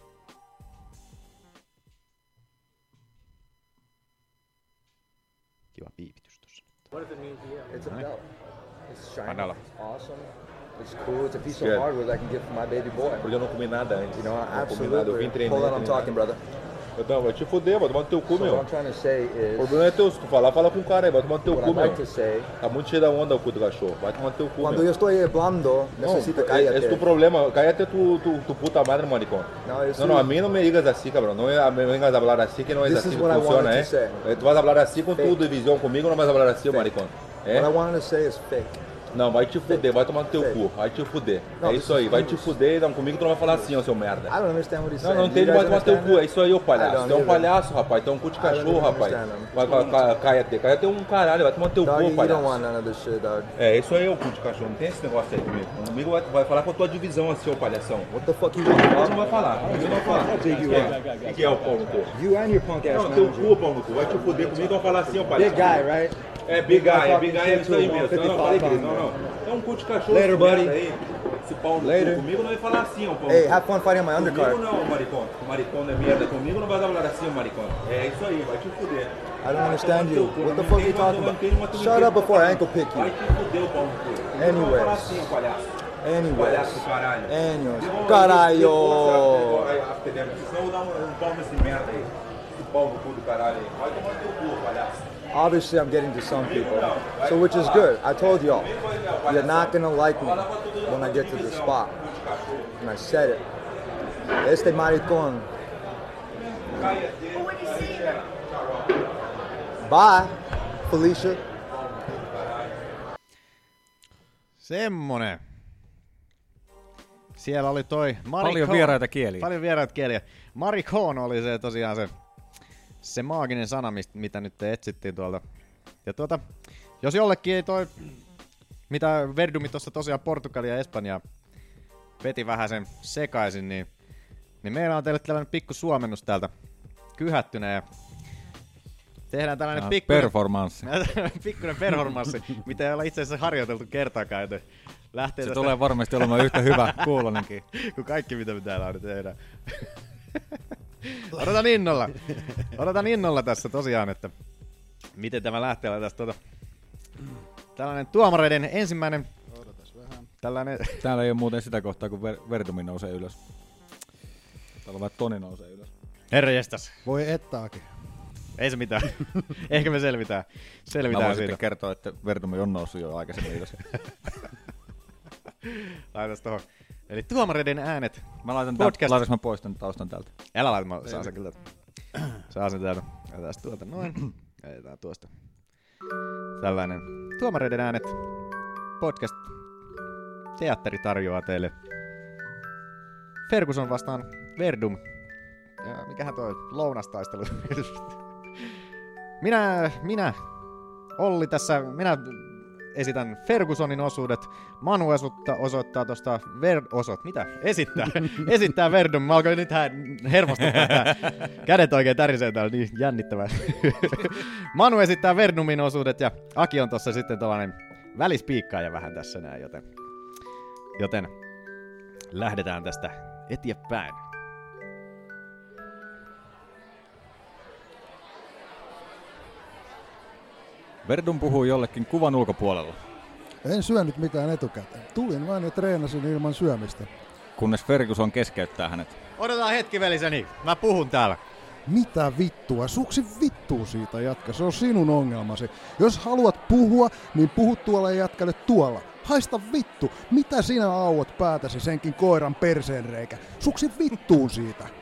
Kiva piipitys tossa. It's a belt. It's shiny. Mandala. It's awesome. It's cool. It's a piece of hardware that I can give for my baby boy. Porque eu não comi nada antes. You know, Não comi nada, eu absolutely. vim treinar. Hold on, I'm treinar. talking, brother. Então, vai te fuder, vai tomar no teu cu, So meu. what I'm trying to say O is, problema é teu, se tu falar, fala com o cara aí, vai tomar no teu what cu, I'd meu. like to say, Tá muito cheio da onda o cu do cachorro, vai tomar no teu cu, cuando meu. yo estoy hablando, Não, necesita é, é cállate. tu problema, cállate tu, tu, tu puta madre, maricón. No, yo No, no, a sí. mí no me digas así, cabrón, no me vengas a hablar así, que no es This así is que what I funciona, wanted ¿eh? to say. Eh, Tu vas a hablar así con tu Fake. división, conmigo no vas a hablar así, Fake. maricón. ¿Eh? What I wanted to say is fake. Não, vai te fuder, vai tomar no teu Fake. cu, vai te fuder. Não, É isso aí, vai te fuder, não, comigo tu não vai falar assim, ó, seu merda. I don't understand what he's Não, saying. não Do tem you de vai guys tomar teu understand cu, é that? isso aí, ô I palhaço. don't Tu é um either. palhaço, rapaz, tu é um cu de I don't cachorro, even rapaz. understand them. Vai, vai, vai, cállate, cállate um caralho, vai tomar no teu Dog, cu, you don't palhaço. want none of this shit, dog. É, isso aí é o cu de cachorro, não tem esse negócio aí comigo. Comigo vai, vai falar com a tua divisão assim, ô palhação. What the fuck you want, Você dog? não vai falar, comigo não vai falar. O que, que, é? que é o pau no cu? You and your punk ass Não, teu manager. cu, pau no cu, vai te fuder comigo, vão falar assim, ô palhaço. Big guy, right? É, big guy, é big guy, é Talking isso aí shit to mesmo. a Não, não, falei, fifty-five querido, não, não. É um cu de cachorro, Later, esse buddy. merda aí. Esse pau no Later. cu. Comigo não vai falar assim, ó, pau Hey, no cu. have fun fighting my Comigo undercard. não, maricão. Maricão é merda. Comigo não vai falar assim, maricão. É isso aí, vai te fuder. I don't understand you. What the Não fuck tem are you uma- talking não about? tem uma- tu Shut entende up before I pra ankle pick Vai you. te fuder o pau no cu. Comigo não vai Anyways. falar assim, ó, palhaço. Anyways. Palhaço, caralho. Anyways. Eu vou- Caralho. eu vou- Aí, after them. Senão eu vou dar um, um pau nesse merda aí. Esse pau no cu do caralho aí. Vai tomar no teu cu, palhaço. Obviously, I'm getting to some people, so which is good. I told y'all, you're not gonna like me when I get to the spot, and I said it. Este maricón. Bye, Felicia. Semmonen. Siellä oli toi Maricon. Paljon vieraita kieliä. Paljon vieraita kieliä. Maricon oli se tosiaan se, se maaginen sana, mistä, mitä nyt etsittiin tuolta. Ja tuota, jos jollekin ei toi, mitä Verdumi tuossa tosiaan Portugalia ja Espanjaa veti vähän sen sekaisin, niin, niin meillä on teille tällainen pikku suomennus täältä kyhättynä ja tehdään tällainen Ah, pikkuinen performanssi. pikkuinen performanssi, mitä ei olla itse asiassa harjoiteltu kertaakaan, joten lähtee Se tästä tulee varmasti olemaan yhtä hyvä kuulonenkin. kuin kaikki mitä me täällä on tehdään. Odotan innolla. Odotan innolla tässä tosiaan, että miten tämä lähtee tästä tuota. Tällainen tuomareiden ensimmäinen tällainen Täällä ei ole muuten sitä kohtaa, kun ver- Verdumi nousee ylös. Täällä on vaan Toni nousee ylös. herjestas. Voi ettaakin. Ei se mitään. Ehkä me selvitään. Mä Selvitään voin siitä. sitten kertoa, että Verdumi on noussut jo aikaisemmin ylös. Laitas tohon. Eli tuomareiden äänet. Mä laitan Podcast. tämän, laitas mä poistan taustan täältä. Älä laita, mä saan sen kyllä. Saan sen täältä. Jätetään tuolta noin. Jätetään tuosta. Tällainen tuomareiden äänet podcast. Teatteri tarjoaa teille Ferguson vastaan Verdum. Ja mikähän toi lounastaistelu. minä, minä, Olli tässä, minä esitän Fergusonin osuudet. Manu osoittaa, osoittaa tosta ver... Osot, mitä? Esittää. Esittää Verdum. Mä alkoin nyt hän hermostuttaa tää. Kädet oikein tärisee täällä, niin jännittävää. Manu esittää Verdumin osuudet ja Aki on tossa sitten tällainen välispiikkaaja vähän tässä näin, joten... Joten lähdetään tästä eteenpäin. Verdum puhuu jollekin kuvan ulkopuolella, En syönyt mitään etukäteen. Tulin vain ja treenasin ilman syömistä. kunnes Ferguson keskeyttää hänet. Odotaan hetki, veliseni. Mä puhun täällä. Mitä vittua? Suksi vittuu siitä, jätkä. Se on sinun ongelmasi. Jos haluat puhua, niin puhu tuolle jätkälle tuolla. Haista vittu. Mitä sinä auot päätäsi senkin koiran perseenreikä? Suksi vittuun siitä.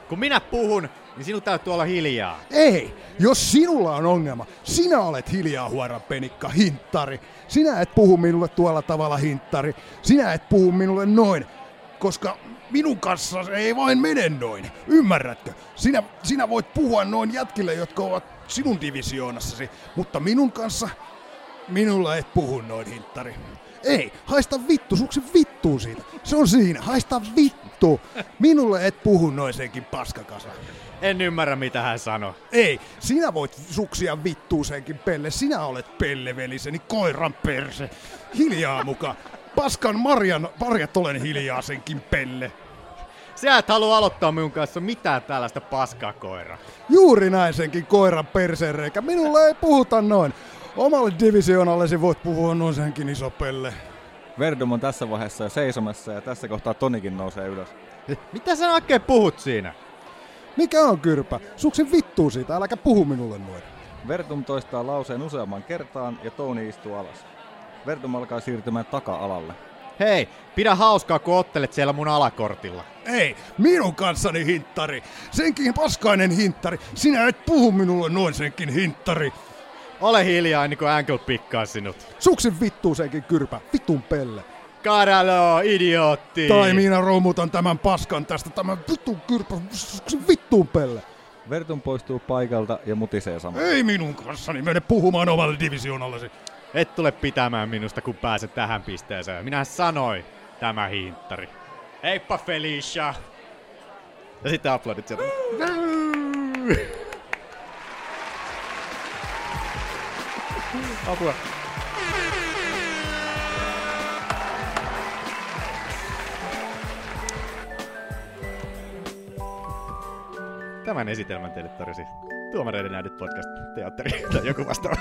Kun minä puhun, niin sinun täytyy olla hiljaa. Ei, jos sinulla on ongelma, sinä olet hiljaa huoran penikka, hinttari. Sinä et puhu minulle tuolla tavalla, hinttari. Sinä et puhu minulle noin, koska minun kanssa se ei vain mene noin. Ymmärrätkö? Sinä, sinä voit puhua noin jätkille, jotka ovat sinun divisioonassasi, mutta minun kanssa minulla et puhu noin, hinttari. Ei, haista vittu, suksi vittuu siitä. Se on siinä, haista vittu. Minulle et puhu noin senkin paskakasa. En ymmärrä mitä hän sanoi. Ei, sinä voit suksia vittuu senkin pelle. Sinä olet pelleveliseni, koiran perse. Hiljaa muka. Paskan marjan, marjat olen hiljaa senkin pelle. Sä et halua aloittaa minun kanssa mitään tällaista paskakoira. Juuri näin senkin koiran persereikä. Minulle ei puhuta noin. Omalle divisioonallesi voit puhua noin senkin iso pelle. Verdum on tässä vaiheessa jo seisomassa ja tässä kohtaa Tonikin nousee ylös. Mitä sä oikein puhut siinä? Mikä on kyrpä? Suksin vittuu siitä, äläkä puhu minulle noin. Verdum toistaa lauseen useamman kertaan ja Tony istuu alas. Verdum alkaa siirtymään taka-alalle. Hei, pidä hauskaa kun ottelet siellä mun alakortilla. Ei, minun kanssani hinttari. Senkin paskainen hinttari. Sinä et puhu minulle noin senkin hinttari. Ole hiljaa ennen kuin Ankle pikkaa sinut. Suksin vittuu senkin kyrpä, vitun pelle. Karalo, idiootti. Tai minä romutan tämän paskan tästä, tämän vitun kyrpä, suksin vittuun pelle. Verdum poistuu paikalta ja mutisee samalla. Ei minun kanssani, mene puhumaan omalle divisioonallesi. Et tule pitämään minusta, kun pääset tähän pisteeseen. Minä sanoin, tämä hinttari. Heippa Felicia. Ja sitten aplodit sieltä. Apua. Tämän esitelmän teille tarjosi Tuomareiden äänet podcast teatteri tai joku vastaava.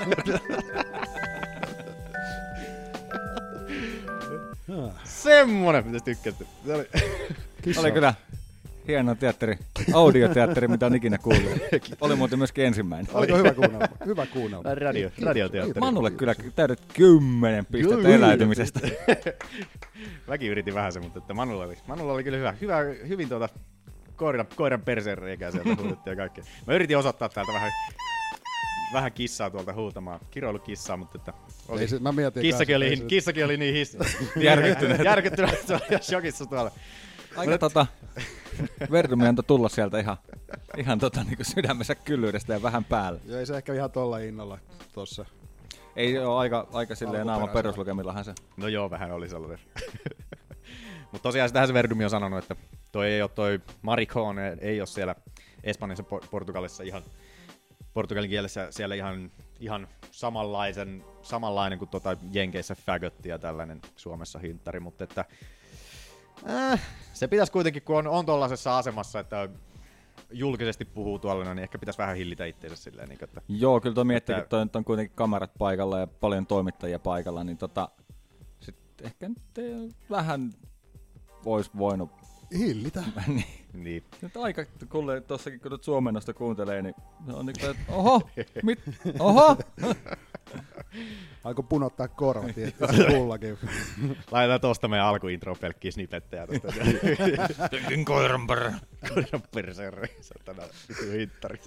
Semmonen, mitä tykkäsit. Se oli, oli kyllä hieno teatteri, audioteatteri, mitä on ikinä kuullut. Oli muuten myöskin ensimmäinen. Oliko hyvä kuunnelma? Hyvä kuunnelma. Radio, radioteatteri. Manulle kyllä täydet kymmenen pistettä eläytymisestä. Mäkin yritin vähän se, mutta että Manulla oli, Manulla oli kyllä hyvä, hyvä hyvin tuota koiran, koiran perseen reikää sieltä huudettiin ja kaikkea. Mä yritin osoittaa täältä vähän, vähän kissaa tuolta huutamaan, kiroilu kissaa, mutta että oli, ei se, mä mietin kissakin, kanssa, oli, se... kissakin oli niin his, järkyttynyt. järkyttynyt, se oli shokissa tuolla. Aika Mut... tota, Verdumi antoi tulla sieltä ihan, ihan tota, niin sydämensä kyllyydestä ja vähän päälle. Joo, ei se ehkä ihan tolla innolla tossa. Ei ole aika, aika silleen naama peruslukemillahan se. No joo, vähän oli sellainen. Mutta tosiaan sitähän se Verdumi on sanonut, että toi ei ole toi Maricone, ei ole siellä Espanjassa, Portugalissa ihan, Portugalin kielessä siellä ihan, ihan samanlaisen, samanlainen kuin tota Jenkeissä fagotti ja tällainen Suomessa hinttari, mutta että äh, se pitäisi kuitenkin, kun on, on tollasessa asemassa, että julkisesti puhuu tuolla, niin ehkä pitäisi vähän hillitä itseensä silleen. Niin, että, joo, kyllä tuo miettii, että toi on kuitenkin kamerat paikalla ja paljon toimittajia paikalla, niin tota, sit ehkä nyt vähän olisi voinut hillitä. niin. niin. Nyt aika, kuule, tossakin kun nyt suomennosta kuuntelee, niin on niin kuin, että oho, mit, oho. Aiko punottaa korvat, tietysti kullakin. Laitetaan tosta meidän alkuintro pelkkiä snippettejä. Pelkin koiran perä. Koiran perseeri. Satana, vitu hinttari.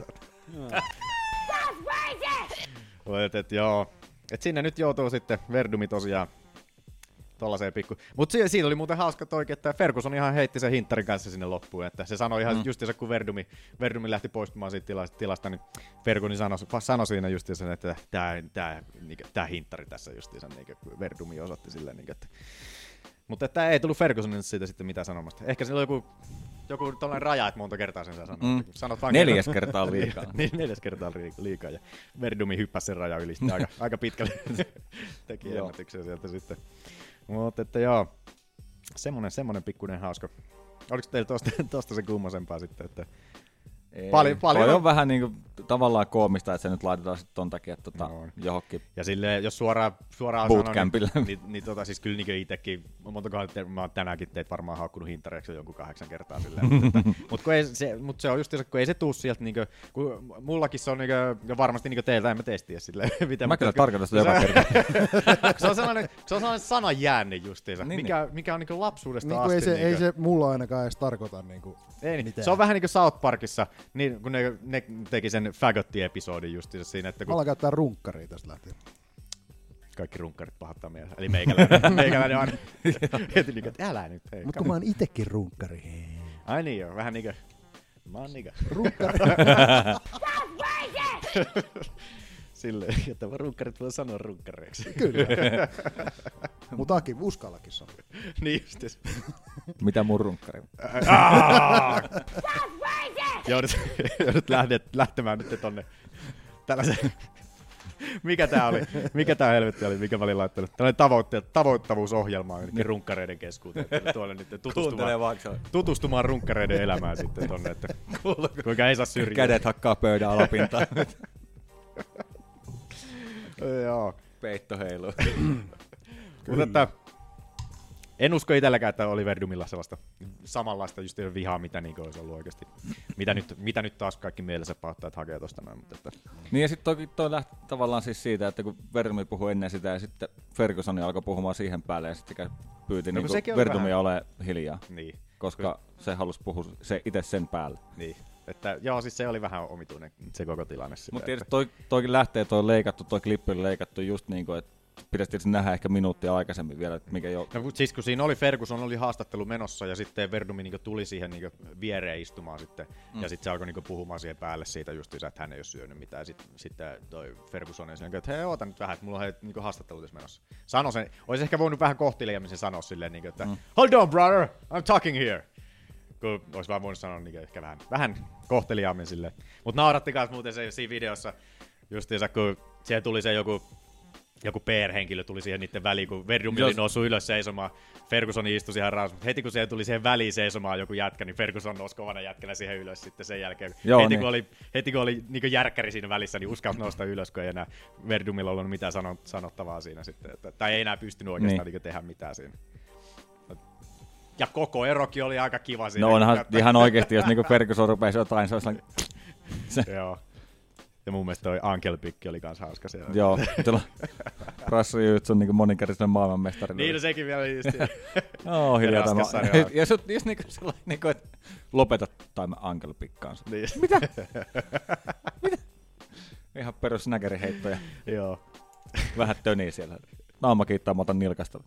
Voit, et joo. Et sinne nyt joutuu sitten Verdumi tosiaan tollaseen pikku. Mut siinä, siinä oli muuten hauska toikin, että Ferguson ihan heitti sen hinttarin kanssa sinne loppuun, että se sanoi ihan mm. justiinsa, kun Verdumi, Verdumi lähti poistumaan siitä tilasta, tilasta niin Ferguson sanoi, sanoi siinä justiinsa, että tää, tää, tää hinttari tässä justiinsa, niin Verdumi osoitti silleen, niin, että mutta että ei tullut Fergusonille siitä sitten mitään sanomasta. Ehkä sillä on joku, joku tollainen raja, että monta kertaa sen saa sanoa. Mm. Sanot vaan neljäs kertaa on liikaa. niin, neljäs kertaa on liikaa. Ja Verdumi hyppäsi sen rajan yli aika, aika pitkälle. Teki ennätyksiä sieltä sitten. Mutta että joo, semmonen, semmonen pikkuinen hauska. Oliko teillä tosta, tosta se kummosempaa sitten, että Ei, Paljon, paljon toi on on vähän niinku tavallaan koomista, että se nyt laitetaan sit ton takia tota, No. johonkin. Ja silleen, jos suoraan, suoraan Bootcampille. sanon, niin, niin, niin tota, siis kyllä niin itsekin, montakohan te, mä oon tänäänkin teet varmaan haukkunut hintareiksi jonkun kahdeksan kertaa silleen. mutta, mut kun ei, se, mut se on just se, kun ei se tuu sieltä, niin kuin, kun mullakin se on, niin kuin, ja varmasti niin teiltä en mä testiä silleen. Miten, Mä kyllä tarkoitan sitä joka kerta. se, on sellainen, se on sellainen sanajäänne justiinsa, Niin, mikä, mikä on niin lapsuudesta Niin asti. ei, se, niin ei se mulla ainakaan edes tarkoita niinku ei, niin. mitään. Se on vähän niin kuin South Parkissa, niin, kun ne, ne teki sen Fagotti-episodin justiinsa siinä, että kun Mä alan käyttää runkkaria tästä lähtien. kaikki runkkarit pahattaa mielessä. Eli meikäläinen, meikäläinen on heti niin kuin, että älä nyt. Hei, Mut kun mä oon itekin runkkari. ai niin joo, vähän niinkö, mä oon niinkö. Runkkari. Silleen, että runkkarit voi sanoa runkkareiksi. Kyllä. Mut Aki, uskallakin sanoa. niin justis. Mitä mun runkkari? Joudut, joudut lähdet, lähtemään nyt tonne tällaisen. Mikä tää oli? Mikä tää helvetti oli, mikä mä olin laittanut? Tällainen tavoitte, tavoittavuusohjelma jonnekin runkkareiden keskuuteen. Tuolle nyt tutustumaan, tutustumaan runkkareiden elämään sitten tonne, että kuinka ei saa syrjiä. Kädet hakkaa pöydän alapintaan. Joo. Peitto heiluu. Mutta että en usko itselläkään, että oli Verdumilla sellaista samanlaista just vihaa, mitä niin olisi ollut oikeasti. Mitä nyt, mitä nyt taas kaikki mielessä pahoittaa, että hakee tosta noin. Mutta että. Niin ja sitten toki toi lähti tavallaan siis siitä, että kun Verdumi puhui ennen sitä ja sitten Ferguson alkoi puhumaan siihen päälle ja sitten pyyti No, niin Verdumia olemaan hiljaa. Niin. Koska se halusi puhua se itse sen päälle. Niin. Että joo, siis se oli vähän omituinen se koko tilanne. Mutta tietysti toi, toikin lähtee, toi leikattu, toi klippi oli leikattu just niin kuin, että pitäisi tietysti nähdä ehkä minuuttia aikaisemmin vielä, että mikä jo. No, siis kun siinä oli Ferguson oli haastattelu menossa ja sitten Verdumi niin tuli siihen niin viereen istumaan sitten mm. ja sitten se alkoi niin puhumaan siihen päälle siitä justiinsa, että hän ei ole syönyt mitään. Sitten, sitten toi Ferguson oli että hei, oota nyt vähän, että mulla on niin haastattelu tässä menossa. Sano sen, olisi ehkä voinut vähän kohteliaammin sanoa silleen, niin kuin, että mm. hold on brother, I'm talking here. Kun olisi vaan voinut sanoa niin ehkä vähän, vähän kohteliaammin silleen. Mutta nauratti kanssa muuten se siinä videossa justiinsa, kun siellä tuli se joku joku P R-henkilö tuli siihen niiden väliin, kun Verdumi oli noussut ylös seisomaan. Ferguson istui siihen raas, mutta heti kun siihen tuli siihen väliin seisomaan joku jätkä, niin Ferguson nousi kovana jätkänä siihen ylös sitten sen jälkeen. Joo, heti, niin. kun oli, heti kun oli niin järkkäri siinä välissä, niin uskalsi nousta ylös, kun ei enää Verdumilla ollut mitään sano, sanottavaa siinä sitten. Että, tai ei enää pystynyt oikeastaan niin. Niin tehdä mitään siinä. Ja koko erokin oli aika kiva siinä. No onhan että ihan oikeesti, jos niinku Ferguson rupesi jotain, se olisi se. Joo. Ja mun mielestä toi Ankelpikki oli kans hauska siellä. Joo, tuolla Russell Jyts on niinku moninkertainen maailmanmestari. Niin, no sekin vielä just. Joo, hiljaa tämä. Ja se on just niinku sellainen, niinku, että lopeta tai mä Ankelpikkaansa. Niin. Mitä? Mitä? Ihan perus snäkeriheittoja. Joo. Vähän tönii siellä. Naama kiittää, mä otan nilkasta.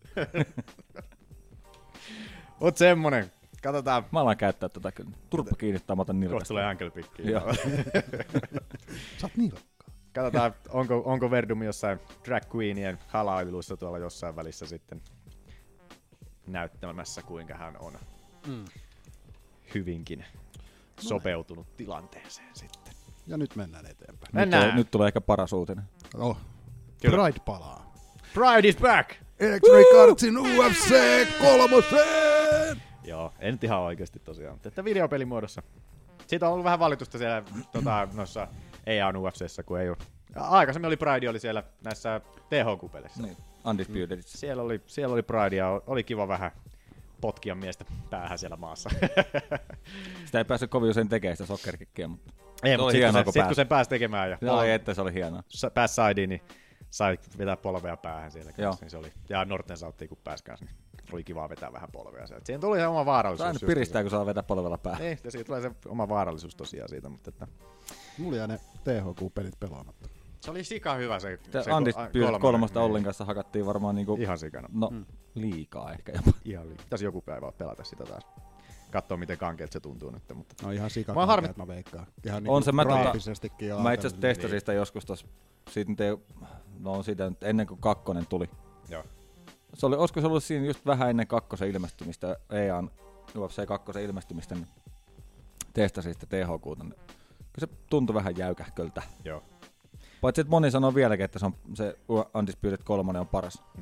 Mut semmonen. Katsotaan. Mä alan käyttää tätä kyllä. Turppa kiinnittää, mä otan nilkasta. Kohta tulee Ankelpikkiin. Joo. Sä oot nilkkaa. Katsotaan, onko, onko Verdumi jossain drag queenien halailuissa tuolla jossain välissä sitten näyttämässä, kuinka hän on mm. hyvinkin no. sopeutunut tilanteeseen sitten. Ja nyt mennään eteenpäin. Nyt tulee, nyt tulee ehkä paras uutinen. Oh. Pride palaa. Pride is back! Electronic Artsin U F C kolmoseen! Joo, en nyt ihan oikeasti tosiaan, mutta että videopelin muodossa. Siitä on ollut vähän valitusta siellä tota, noissa E A U F C:ssä, kun ei ole. Aikaisemmin oli Pride, oli siellä näissä T H Q-peleissä. Niin, Undisputed. Mm. Siellä oli, siellä oli Pride ja oli kiva vähän potkia miestä päähän siellä maassa. Sitä ei päässyt kovin usein tekemään sitä soccer-kickia, mutta ei, mutta sitten kun, sit, kun sen pääsi tekemään ja no, että se oli hienoa. Pääsi sideen, niin sai vetää polvea päähän siellä. Niin se oli. Ja Norten sauttiin kun pääsi kanssa, niin oli kiva vetää vähän polvea sieltä. Siihen tuli se oma vaarallisuus. Aina piristää, kun saa vetää polvella päähän. Niin, ja siitä tulee se oma vaarallisuus tosiaan siitä. Mutta että mulla jää ne T H Q-pelit pelaamatta. Se oli sika hyvä se, se Undisputed kolmosta Ollin kanssa hakattiin varmaan niinku ihan sikana. No, mm. liikaa ehkä jopa. Ihan liikaa. Pitäisi joku päivä pelata sitä taas. Katsoa miten kankeelta se tuntuu nyt. Mutta no ihan sikana, harmi... mä veikkaan. Ihan on niin se mä, graafisestikin. Mä itse asiassa testasin sitä joskus tossa. Siitä nyt ei, no on siitä nyt ennen kuin kakkonen tuli. Joo. Se oli, olisiko se ollut siinä just vähän ennen kakkosen ilmestymistä, E A N U F C kakkosen ilmestymistä, niin testasin sitä T H Q:ta. Kyllä se tuntui vähän jäykähköltä. Joo. Paitsi että moni sanoo vieläkin, että se, on, se Undisputed kolmonen on paras. Niin.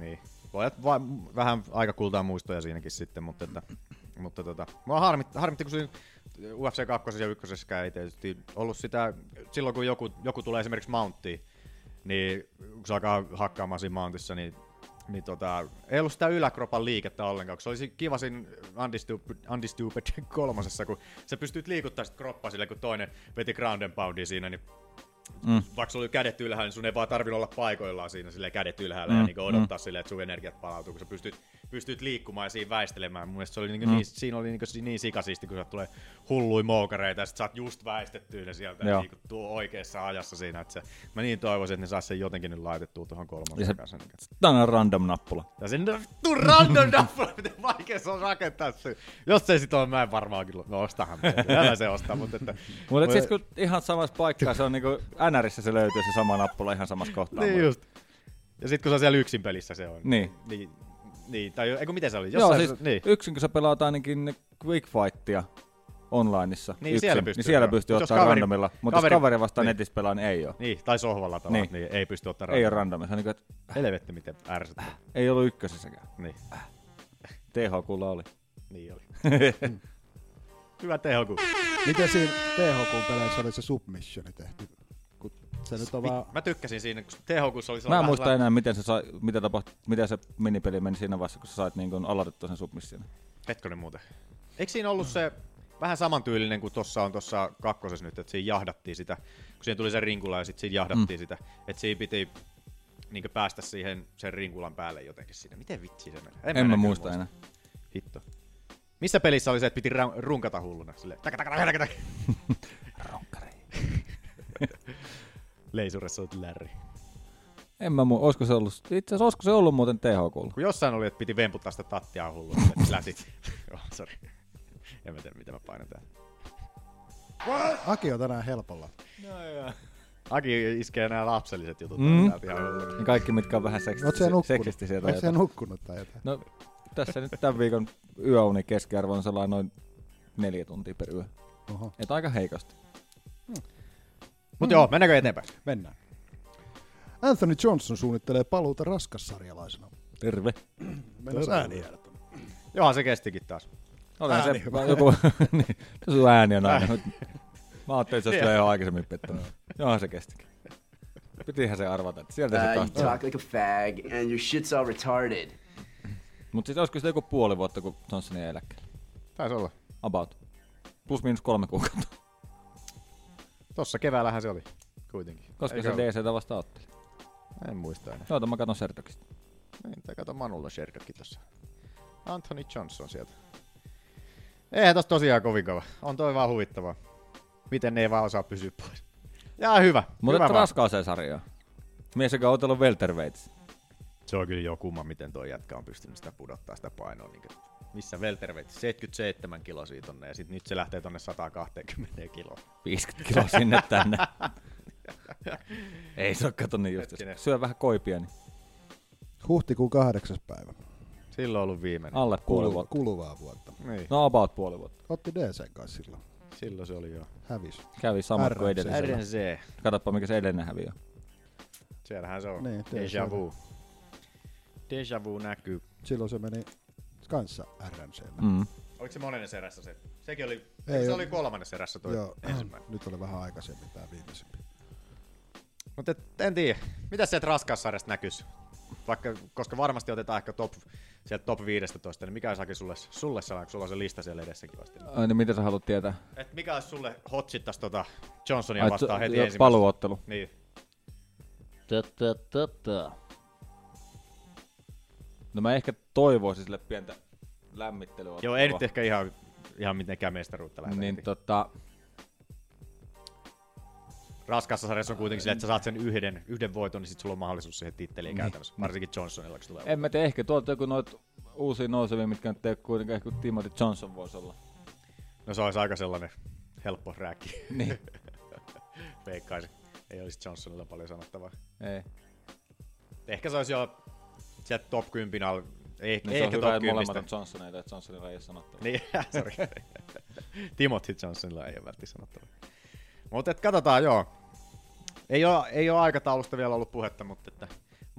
Voi va- vähän aika kultaa muistoja siinäkin sitten, mutta, että, mutta tota, mua harmitti, harmitti kun siinä U F C kaksi ja yksi ei tietysti ollut sitä, silloin kun joku, joku tulee esimerkiksi Mountiin, niin kun se alkaa hakkaamaan siinä Mountissa, niin, niin tota, ei ollut sitä yläkropan liikettä ollenkaan, kun se olisi kiva siinä Undistupid, Undistupid kolmosessa, kun sä pystyt liikuttaa sitä kroppaa sille, kun toinen veti ground and poundia siinä, niin Mm. vaikka sulla oli kädet ylhäällä, niin sun ei vaan tarvinnut olla paikoillaan siinä silleen kädet ylhäällä mm. ja niin odottaa mm. silleen, että sun energiat palautuu, kun sä pystyt, pystyt liikkumaan ja siinä väistelemään. Mun mielestä se oli niin, mm. niin, siinä oli niin, niin sikasiisti, kun sä tulee hullui moukareita ja sit sä oot just väistettyä ne sieltä ja liikuttuu oikeassa ajassa siinä. Että se, mä niin toivoisin, että ne sais sen jotenkin nyt laitettua tuohon kolmosen kanssa. Tää on random-nappula. Ja sen tuu random-nappula, miten vaikea se on rakentaa se. Jos se sit on, mä en varmaan kyllä, no ostahan. Älä se ostaa, mutta että... Mutta siis kun ihan samassa paikkaa se on niinku N R:ssä se löytyy se sama nappula ihan samassa kohtaa. Niin just. Ja sit kun se on siellä yksin pelissä se on. Niin. Niin, niin tai eikö miten se oli? Jossain, Joo, siis se, niin. yksin kun sä pelaat ainakin Quick Fightia onlineissa. Niin yksin, siellä pystyy, niin siellä pystyy ottaa kaveri, randomilla. Mutta jos kaveri vastaan niin. netissä pelaa, niin ei oo. Niin, tai sohvalla tavallaan, niin. niin ei pysty ottaa randomilla. Ei oo randomilla. Niin kuin, helvetti miten ärsyttää. Äh, ei ollut ykkösessäkään. Niin. Äh. T H Q:lla oli. Niin oli. Hyvä T H Q. Miten siinä T H Q-peleissä oli se submissioni tehty? Se nyt on vaan... Mä tykkäsin siinä, kun T H Q:ssa oli... Mä en muista enää, miten se, sai, mitä tapahtui, miten se minipeli meni siinä vaiheessa, kun sä sait niin kun aloitettua sen submission. Hetkonen muuten. Eikö siinä ollut se vähän samantyylinen kuin tossa on tossa kakkosessa nyt, että siinä jahdattiin sitä, kun siihen tuli se rinkula ja sit siinä jahdattiin mm. sitä, että siinä piti niin päästä siihen sen rinkulan päälle jotenkin siinä. Miten vitsi se meni? En, en mä muista muista enää. Hitto. Missä pelissä oli se, että piti runkata hulluna? Silleen, taka taka taka taka. Runkari. Leisuressa olet lärri. En mä muista, olisiko se ollut, itse asiassa olisiko se ollut muuten T H Q:lla? Kun jossain oli, että piti vemputtaa sitä tattia hulluna, että läti. Oh, sori. En mä tiedä, mitä mä painan täällä. What? Aki on tänään helpolla. No joo. Aki iskee nämä lapselliset jutut. Mm. Kaikki, mitkä on vähän seksisti, seksistisiä. Oletko sä nukkunut tai jotain? No, tässä nyt tämän viikon yöuni keskiarvo on sellainen noin neljä tuntia per yö. Oho. Et aika heikosti. Hmm. Mut joo, mennäänkö eteenpäin? Mennään. Anthony Johnson suunnittelee paluuta raskassarjalaisena. Terve. Mennään ääni jäädä. Johan se kestikin taas. Olihan se joku... niin, se sun ääni on aina. Mä ajattelin, että se olisi jo aikaisemmin pettänyt. Johan se kestikin. Pitihän se arvata, että sieltä uh, se kahtaa. You talk like a fag and your shit's all retarded. Mut sit olisiko sitä joku puoli vuotta, kun Johnsonin eläkkeelle? Taisi olla. About. Plus miinus kolme kuukautta. Tossa keväällähän se oli, kuitenkin. Koska Eikä se D C:tä vasta otteli? En muista enää. Oota, mä katon Serdokista. Niin, tai kato Manulla Sherdokki tossa. Anthony Johnson sieltä. Eihän tossa tosiaan kovin kova. On toi vaan huvittavaa. Miten ne ei vaan osaa pysyä pois. Jaa, hyvä. Mutta raskaaseen sarjaan. Mies, joka on otellut welterweights. Se on kyllä jo kumma, miten toi jätkä on pystynyt sitä pudottaa sitä painoa. Niin missä welterweight? seitsemänkymmentäseitsemän kiloa siitä tonne ja sit nyt se lähtee tonne sata kaksikymmentä kiloa. viisikymmentä kiloa sinne tänne. Ei se oo kato niin just. Syö vähän koipia. Niin. Huhtikuun kahdeksas päivä. Silloin on ollut viimeinen. Alle puoli Kulu, vuotta. Kuluvaa vuotta. Niin. No about puoli vuotta. Otti D C:n kanssa silloin. Silloin se oli jo. Hävis. Kävi sama kuin edellinen. R N C. Katoppa mikä se edellinen hävi on. Siellähän se on. Niin, Deja vu. Deja vu näkyy. Silloin se meni kanssa R N C:llä. Mm. Oliko se monennessa erässä se? Sekin oli, Ei, se oli kolmannessa erässä toi joo, ensimmäinen. Nyt oli vähän aikaisemmin tää viimeisempi. Mutta en tiedä, mitä sieltä raskaussarjasta näkyisi? Vaikka, koska varmasti otetaan ehkä top, sieltä top viisitoista, niin mikä olisi Aki sulle, sulle sellainen, kun sulla on se lista siellä edessäkin vasta? Ai niin, mitä sä haluat tietää? Et mikä olisi sulle hotsittas tota Johnsonia vastaan heti ensimmäisenä? Paluuottelu. Niin. Tö-tö-tö-tö. No mä ehkä toivoisin sille pientä lämmittelyä. Joo, ei nyt ehkä ihan, ihan mitenkään mestaruutta lähdetä. Niin tota... Raskaassa sarjassa on kuitenkin silleen, että sä saat sen yhden, yhden voiton, niin sit sulla on mahdollisuus siihen titteliin niin. Käytännössä. Varsinkin Johnsonilla, kun tulee. En mä tiedä, ehkä tuolta joku noita uusia nousevia, mitkä nyt ei kuitenkaan ehkä Timothy Johnson voisi olla. No se olisi aika sellainen helppo rääkki. Niin. Veikkaisin. Ei olisi Johnsonilla paljon sanottavaa. Ei. Ehkä se olisi jo sieltä top kymmenen alla. Ei, niin ei se ehkä on hyvä, top että molemmat on Johnsoneita, että Johnsonilla ei ole sanottavaa. Niin, sori. Timothy Johnsonilla ei ole välttämättä sanottavaa. Mutta katsotaan, joo. Ei ole, ei ole aikataulusta vielä ollut puhetta, mutta että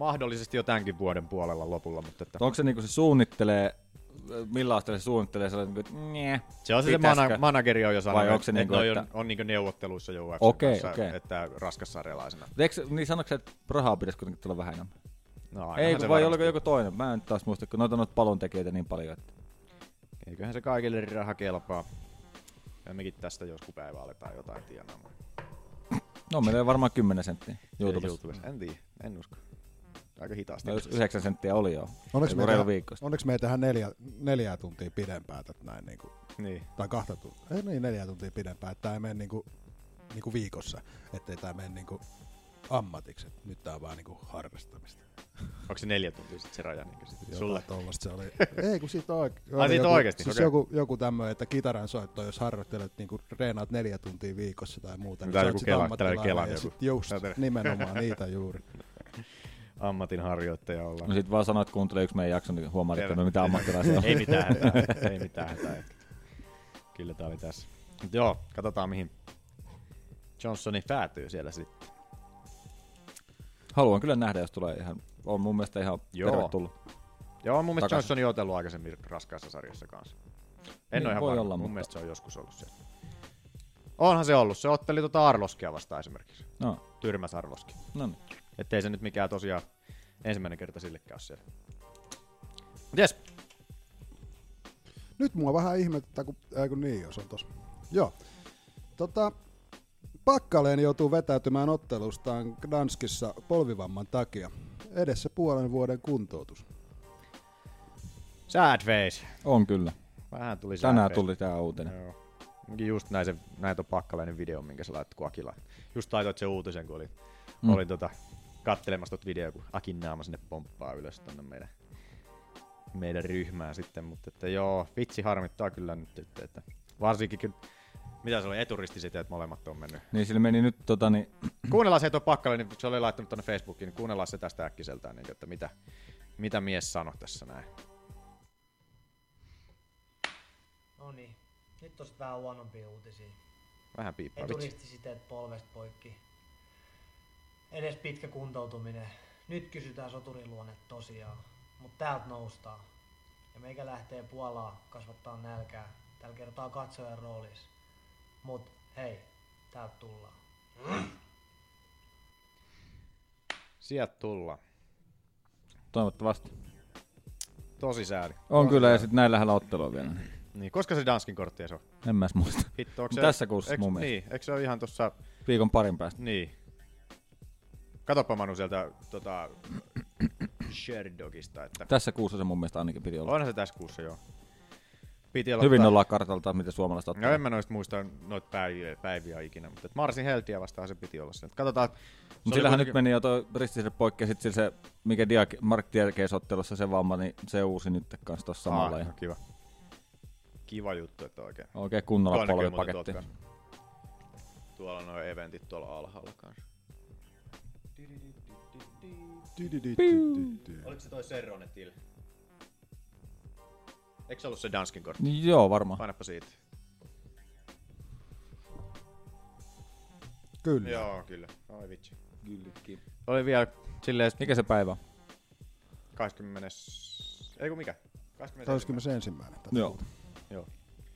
mahdollisesti jo tämänkin vuoden puolella lopulla. Mutta että... Onko se niinku se suunnittelee, millaista se suunnittelee, se on niinku, nye, se on se, se mana- manageri on jo sanonut, vai onko se että niinku, noi että... on, on niinku neuvotteluissa jo U F C:n okay, kanssa, okay. että raskassarjalaisena. Eikö, niin sanoiko se, että rahaa pitäisi kuitenkin tulla vähän enemmän? No, ei, vai varmasti. Oliko joku toinen? Mä en taas muista, kun noita on noita palontekijöitä niin paljon. Että... Eiköhän se kaikille raha kelpaa. Ja mekin tästä joskus päivä aletaan jotain tienaamaan. No meillä on varmaan kymmenen senttiä YouTubessa. YouTubessa. En tiedä, en usko. Aika hitaasti. No, jos yhdeksän senttiä oli jo. Onneksi me, tehdään, onneksi me ei tehdä neljä, neljää tuntia pidempään, näin niinku, niin. tai kahta tuntia, ei niin neljä tuntia pidempään, että tää ei mene niinku, niinku viikossa, ettei tää mene niinku ammatiksi, et nyt tää on vaan niinku harrastamista. Onko se neljä tuntia sit se raja? Niin sit sulle? Tollasta se oli. Ei kun siitä oikeesti. Ai siitä oikeesti? Siis okay. joku, joku tämmöinen, että kitaran soitto, jos harjoittelet niinku reenaat neljä tuntia viikossa tai muuta, niin sä oot sit ammattilainen ja sit just nimenomaan niitä juuri. Ammatin harjoittaja ollaan. No sit vaan sanoit, että kuuntelee yksi meidän jakson, niin huomaat, että no mitä ammattilaisia on. Ei mitään hätää, ei mitään hätää. Kyllä tää oli tässä. Mut joo, katsotaan mihin Johnsoni päätyy siellä sitten. Haluan kyllä nähdä, jos tulee ihan, on mun mielestä ihan joo. tervetullut. Joo, mun mielestä Johnson on otellut aikaisemmin raskaassa sarjassa kanssa. En niin, ole ihan varma, mun mutta... mielestä se on joskus ollut siellä. Onhan se ollut, se otteli tota Arloskia vastaan esimerkiksi. No. Tyrmäs Arloski. No niin. Ettei se nyt mikään tosiaan ensimmäinen kerta sillekään ole siellä. Mut jes. Nyt mua vähän ihmettää, kun, äh, kun niin jos on tossa. Joo. Tota, Packalén joutuu vetäytymään ottelustaan Gdanskissa polvivamman takia. Edessä puolen vuoden kuntoutus. Sad face. On kyllä. Vähän tuli Tänään sad tuli tää uutinen. Joo. Just näin, se, näin ton Packalénin video, minkä sä laitat, kun Akila. Just laitoit sen uutisen, kun oli, mm. oli tota, kattelemassa tot video, kun Akin naama sinne pomppaa ylös tonne meidän, meidän ryhmään sitten. Mutta että joo, vitsi harmittaa kyllä nyt, että, että varsinkin kyllä, mitä se oli, eturistisiteet molemmat on mennyt. Niin sillä meni nyt tota niin... Kuunnellaan se tuo Packalén, niin se oli laittanut tonne Facebookiin, niin kuunnellaan se tästä äkkiseltään, niin, että mitä, mitä mies sanoi tässä näin. No niin, nyt tosta vähän huonompia uutisia. Vähän piippaa, eturistisiteet polvesta poikki. Edes pitkä kuntoutuminen. Nyt kysytään soturin luonne tosiaan, mut täältä noustaan. Ja meikä lähtee Puolaa kasvattaa nälkää. Tällä kertaa katsojan roolissa. Mut hei, täältä tullaan. Sieltä tullaan. Toivottavasti. Tosi sääli. On kyllä, ja sit näin lähellä ottelua vielä. Niin, koska se Danskin kortti on? En mä muista. Hitto, se, tässä kuussa eks, mun mielestä. Niin, eikö se ole ihan tossa... Viikon parin päästä. Niin. Katoppa Manu sieltä tota... Sherdogista, että... Tässä kuussa se mun mielestä ainakin piti olla. Onhan se tässä kuussa, joo. Piti olla hyvin ta... ollaan kartalta, miten suomalaiset ottaa. No en mä noista muista noita päiviä, päiviä ikinä, mutta Marsin Heltiä vastaan se piti olla sieltä. Katsotaan. Mutta sillähän kuitenkin... nyt meni jo toi ristiselle poikki, ja sit se, mikä Diak- Mark Diakes-ottelussa se vamma, niin se uusi nyt kanssa tossa samalla. Ah, kiva. Kiva juttu, että oikein. Oikein kunnolla polvipaketti. Tuolla on noin eventit tuolla alhaalla kanssa. Oliko se toi Serronetil? Eikö se ollut se Danskin kortti? Niin, joo, varmaan. Painappa siitä. Kyllä. Joo, kyllä. Oi vitsi. Kylläkin. Oli vielä silleen... Mikä se päivä on? kaksikymmentä... Ei kun mikä? kaksikymmentäensimmäinen. Joo. Joo.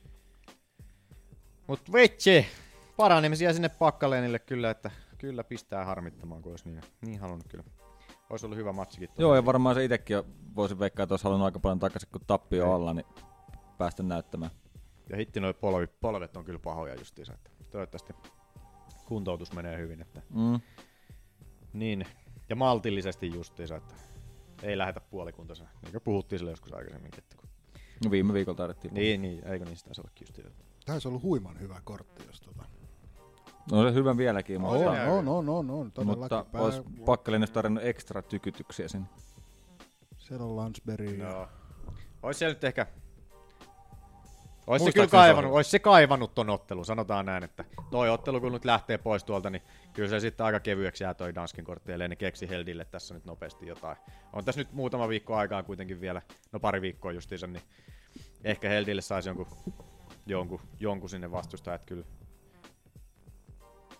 Mut vitsi! Paranemisia sinne Packalénille kyllä, että kyllä pistää harmittamaan, kun olisi niin, niin halunnut kyllä. Olisi ollut hyvä matsikin. Joo, ja varmaan se itsekin voisi veikkaa, että olisi halunnut aika paljon takaisin, kun tappio on alla, niin päästä näyttämään. Ja hitti noi polvi, polvet on kyllä pahoja justiinsa, että toivottavasti kuntoutus menee hyvin. Että mm. Niin, ja maltillisesti justiinsa, että ei lähetä puolikuntoisena, niin kuin puhuttiin sille joskus aikaisemminkin. Että kun... No viime viikolla tarvittiin. Niin, niin, eikö niin sitä taisi ollakin justiinsa. Tämä olisi ollut huiman hyvä kortti, jos tota... No se hyvän vieläkin, no, mutta... No, no, no, no, no, mutta pää... olisi Packalénista tarjonnut ekstra tykytyksiä sinne. Siellä on Landsberg. No. Ois siellä nyt ehkä... Ois se kyllä kaivannut, ois se kaivannut ton ottelun, sanotaan näin, että toi ottelu kun nyt lähtee pois tuolta, niin kyllä se sitten aika kevyeksi jää toi Danskin kortti, ellei ne keksi Heldille tässä nyt nopeasti jotain. On tässä nyt muutama viikko aikaa kuitenkin vielä, no pari viikkoa justiinsa, niin ehkä Heldille saisi jonkun, jonkun, jonkun sinne vastustaa, että kyllä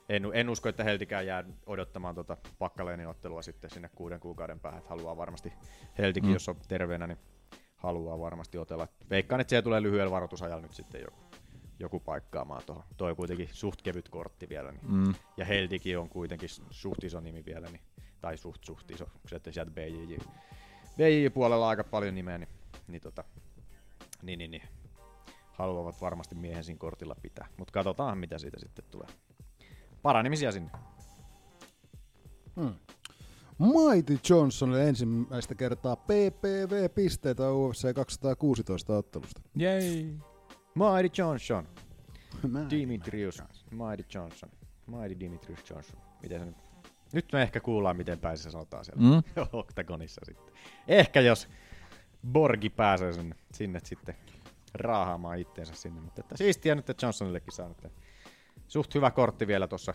en, en usko, että Heltikään jää odottamaan tuota Packalénin ottelua sitten sinne kuuden kuukauden päähän. Että haluaa varmasti, Heltikin mm. jos on terveenä, niin haluaa varmasti otella. Veikkaan, että siellä tulee lyhyellä varoitusajalla nyt sitten joku, joku paikkaamaan tuohon. Toi on kuitenkin suht kevyt kortti vielä. Niin. Mm. Ja Heltikin on kuitenkin suht iso nimi vielä, niin, tai suht suht iso, kun se sieltä B J J. B J J-puolella aika paljon nimeä, niin, niin, tota, niin, niin, niin haluavat varmasti miehen siinä kortilla pitää. Mutta katsotaan, mitä siitä sitten tulee. Paranemisia sinne. Hmm. Mighty Johnsonille ensimmäistä kertaa P P V-pisteitä U F C kaksisataakuusitoista ottelusta. Jei! Mighty Johnson. Dimitrius. Mighty Johnson. Mighty Dimitrius Johnson. Miten se nyt? Nyt me ehkä kuullaan, miten päin se sanotaan siellä mm. Octagonissa sitten. Ehkä jos Borgi pääsee sinne, sinne sitten raahaamaan itteensä sinne. Mutta että siistiä nyt, että Johnsonillekin saa nyt. Suht hyvä kortti vielä tossa.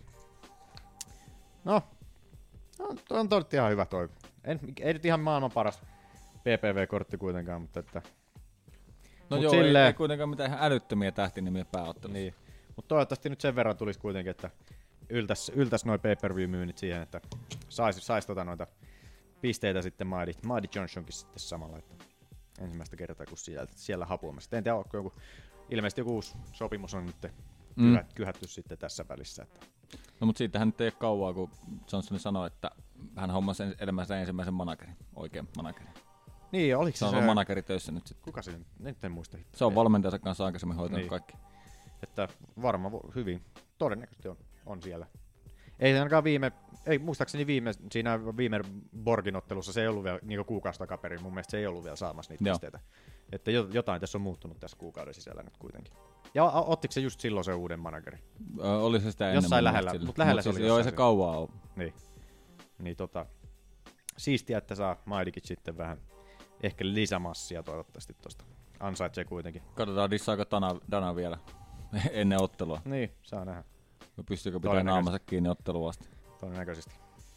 No, no toi on todella ihan hyvä toi. En, ei nyt ihan maailman paras P P V-kortti kuitenkaan, mutta että... No mut joo, silleen, ei, ei kuitenkaan mitään ihan älyttömiä tähtinimiä pääottelussa. Niin, mutta toivottavasti nyt sen verran tulisi kuitenkin, että yltäs, yltäs noi pay-per-view-myynnit siihen, että saisi sais tota noita pisteitä sitten Mighty, Mighty Johnsonkin sitten samalla, että ensimmäistä kertaa kun siellä, siellä hapuamassa. En tiedä, onko joku, ilmeisesti joku uusi sopimus on nyt mm. kyhät, kyhätty sitten tässä välissä. Että. No mutta siitähän nyt ei ole kauaa, kun Johnson sanoi, että hän hommasi elämänsä ensimmäisen managerin, oikein managerin. Niin, oliko se se? Se on manageri töissä nyt sitten. Kuka se? Nyt en muista. Se on valmentajansa kanssa aikaisemmin hoitanut niin. kaikki. Että varmaan hyvin, todennäköisesti on, on siellä. Ei ainakaan viime, ei muistaakseni viime, siinä viime Borgin ottelussa se ei ollut vielä niin kuukausi takaperin, mun mielestä se ei ollut vielä saamassa niitä Joo. pisteitä. Että jotain tässä on muuttunut tässä kuukauden sisällä nyt kuitenkin. Ja ottiko se just silloin se uuden manageri? Ö, oli se sitä ennen. Jossain lähellä, mutta lähellä Mut se siis oli. Joo, ei se kauaa ole. Niin, niin tota, siistiä, että saa Mightykin sitten vähän ehkä lisämassia toivottavasti tosta. Ansaitsee kuitenkin. Katsotaan dissaako Dana, Dana vielä ennen ottelua. Niin, saa nähdä. Pystyykö pitää naamansa kiinni ottelua asti? Todennäköisesti.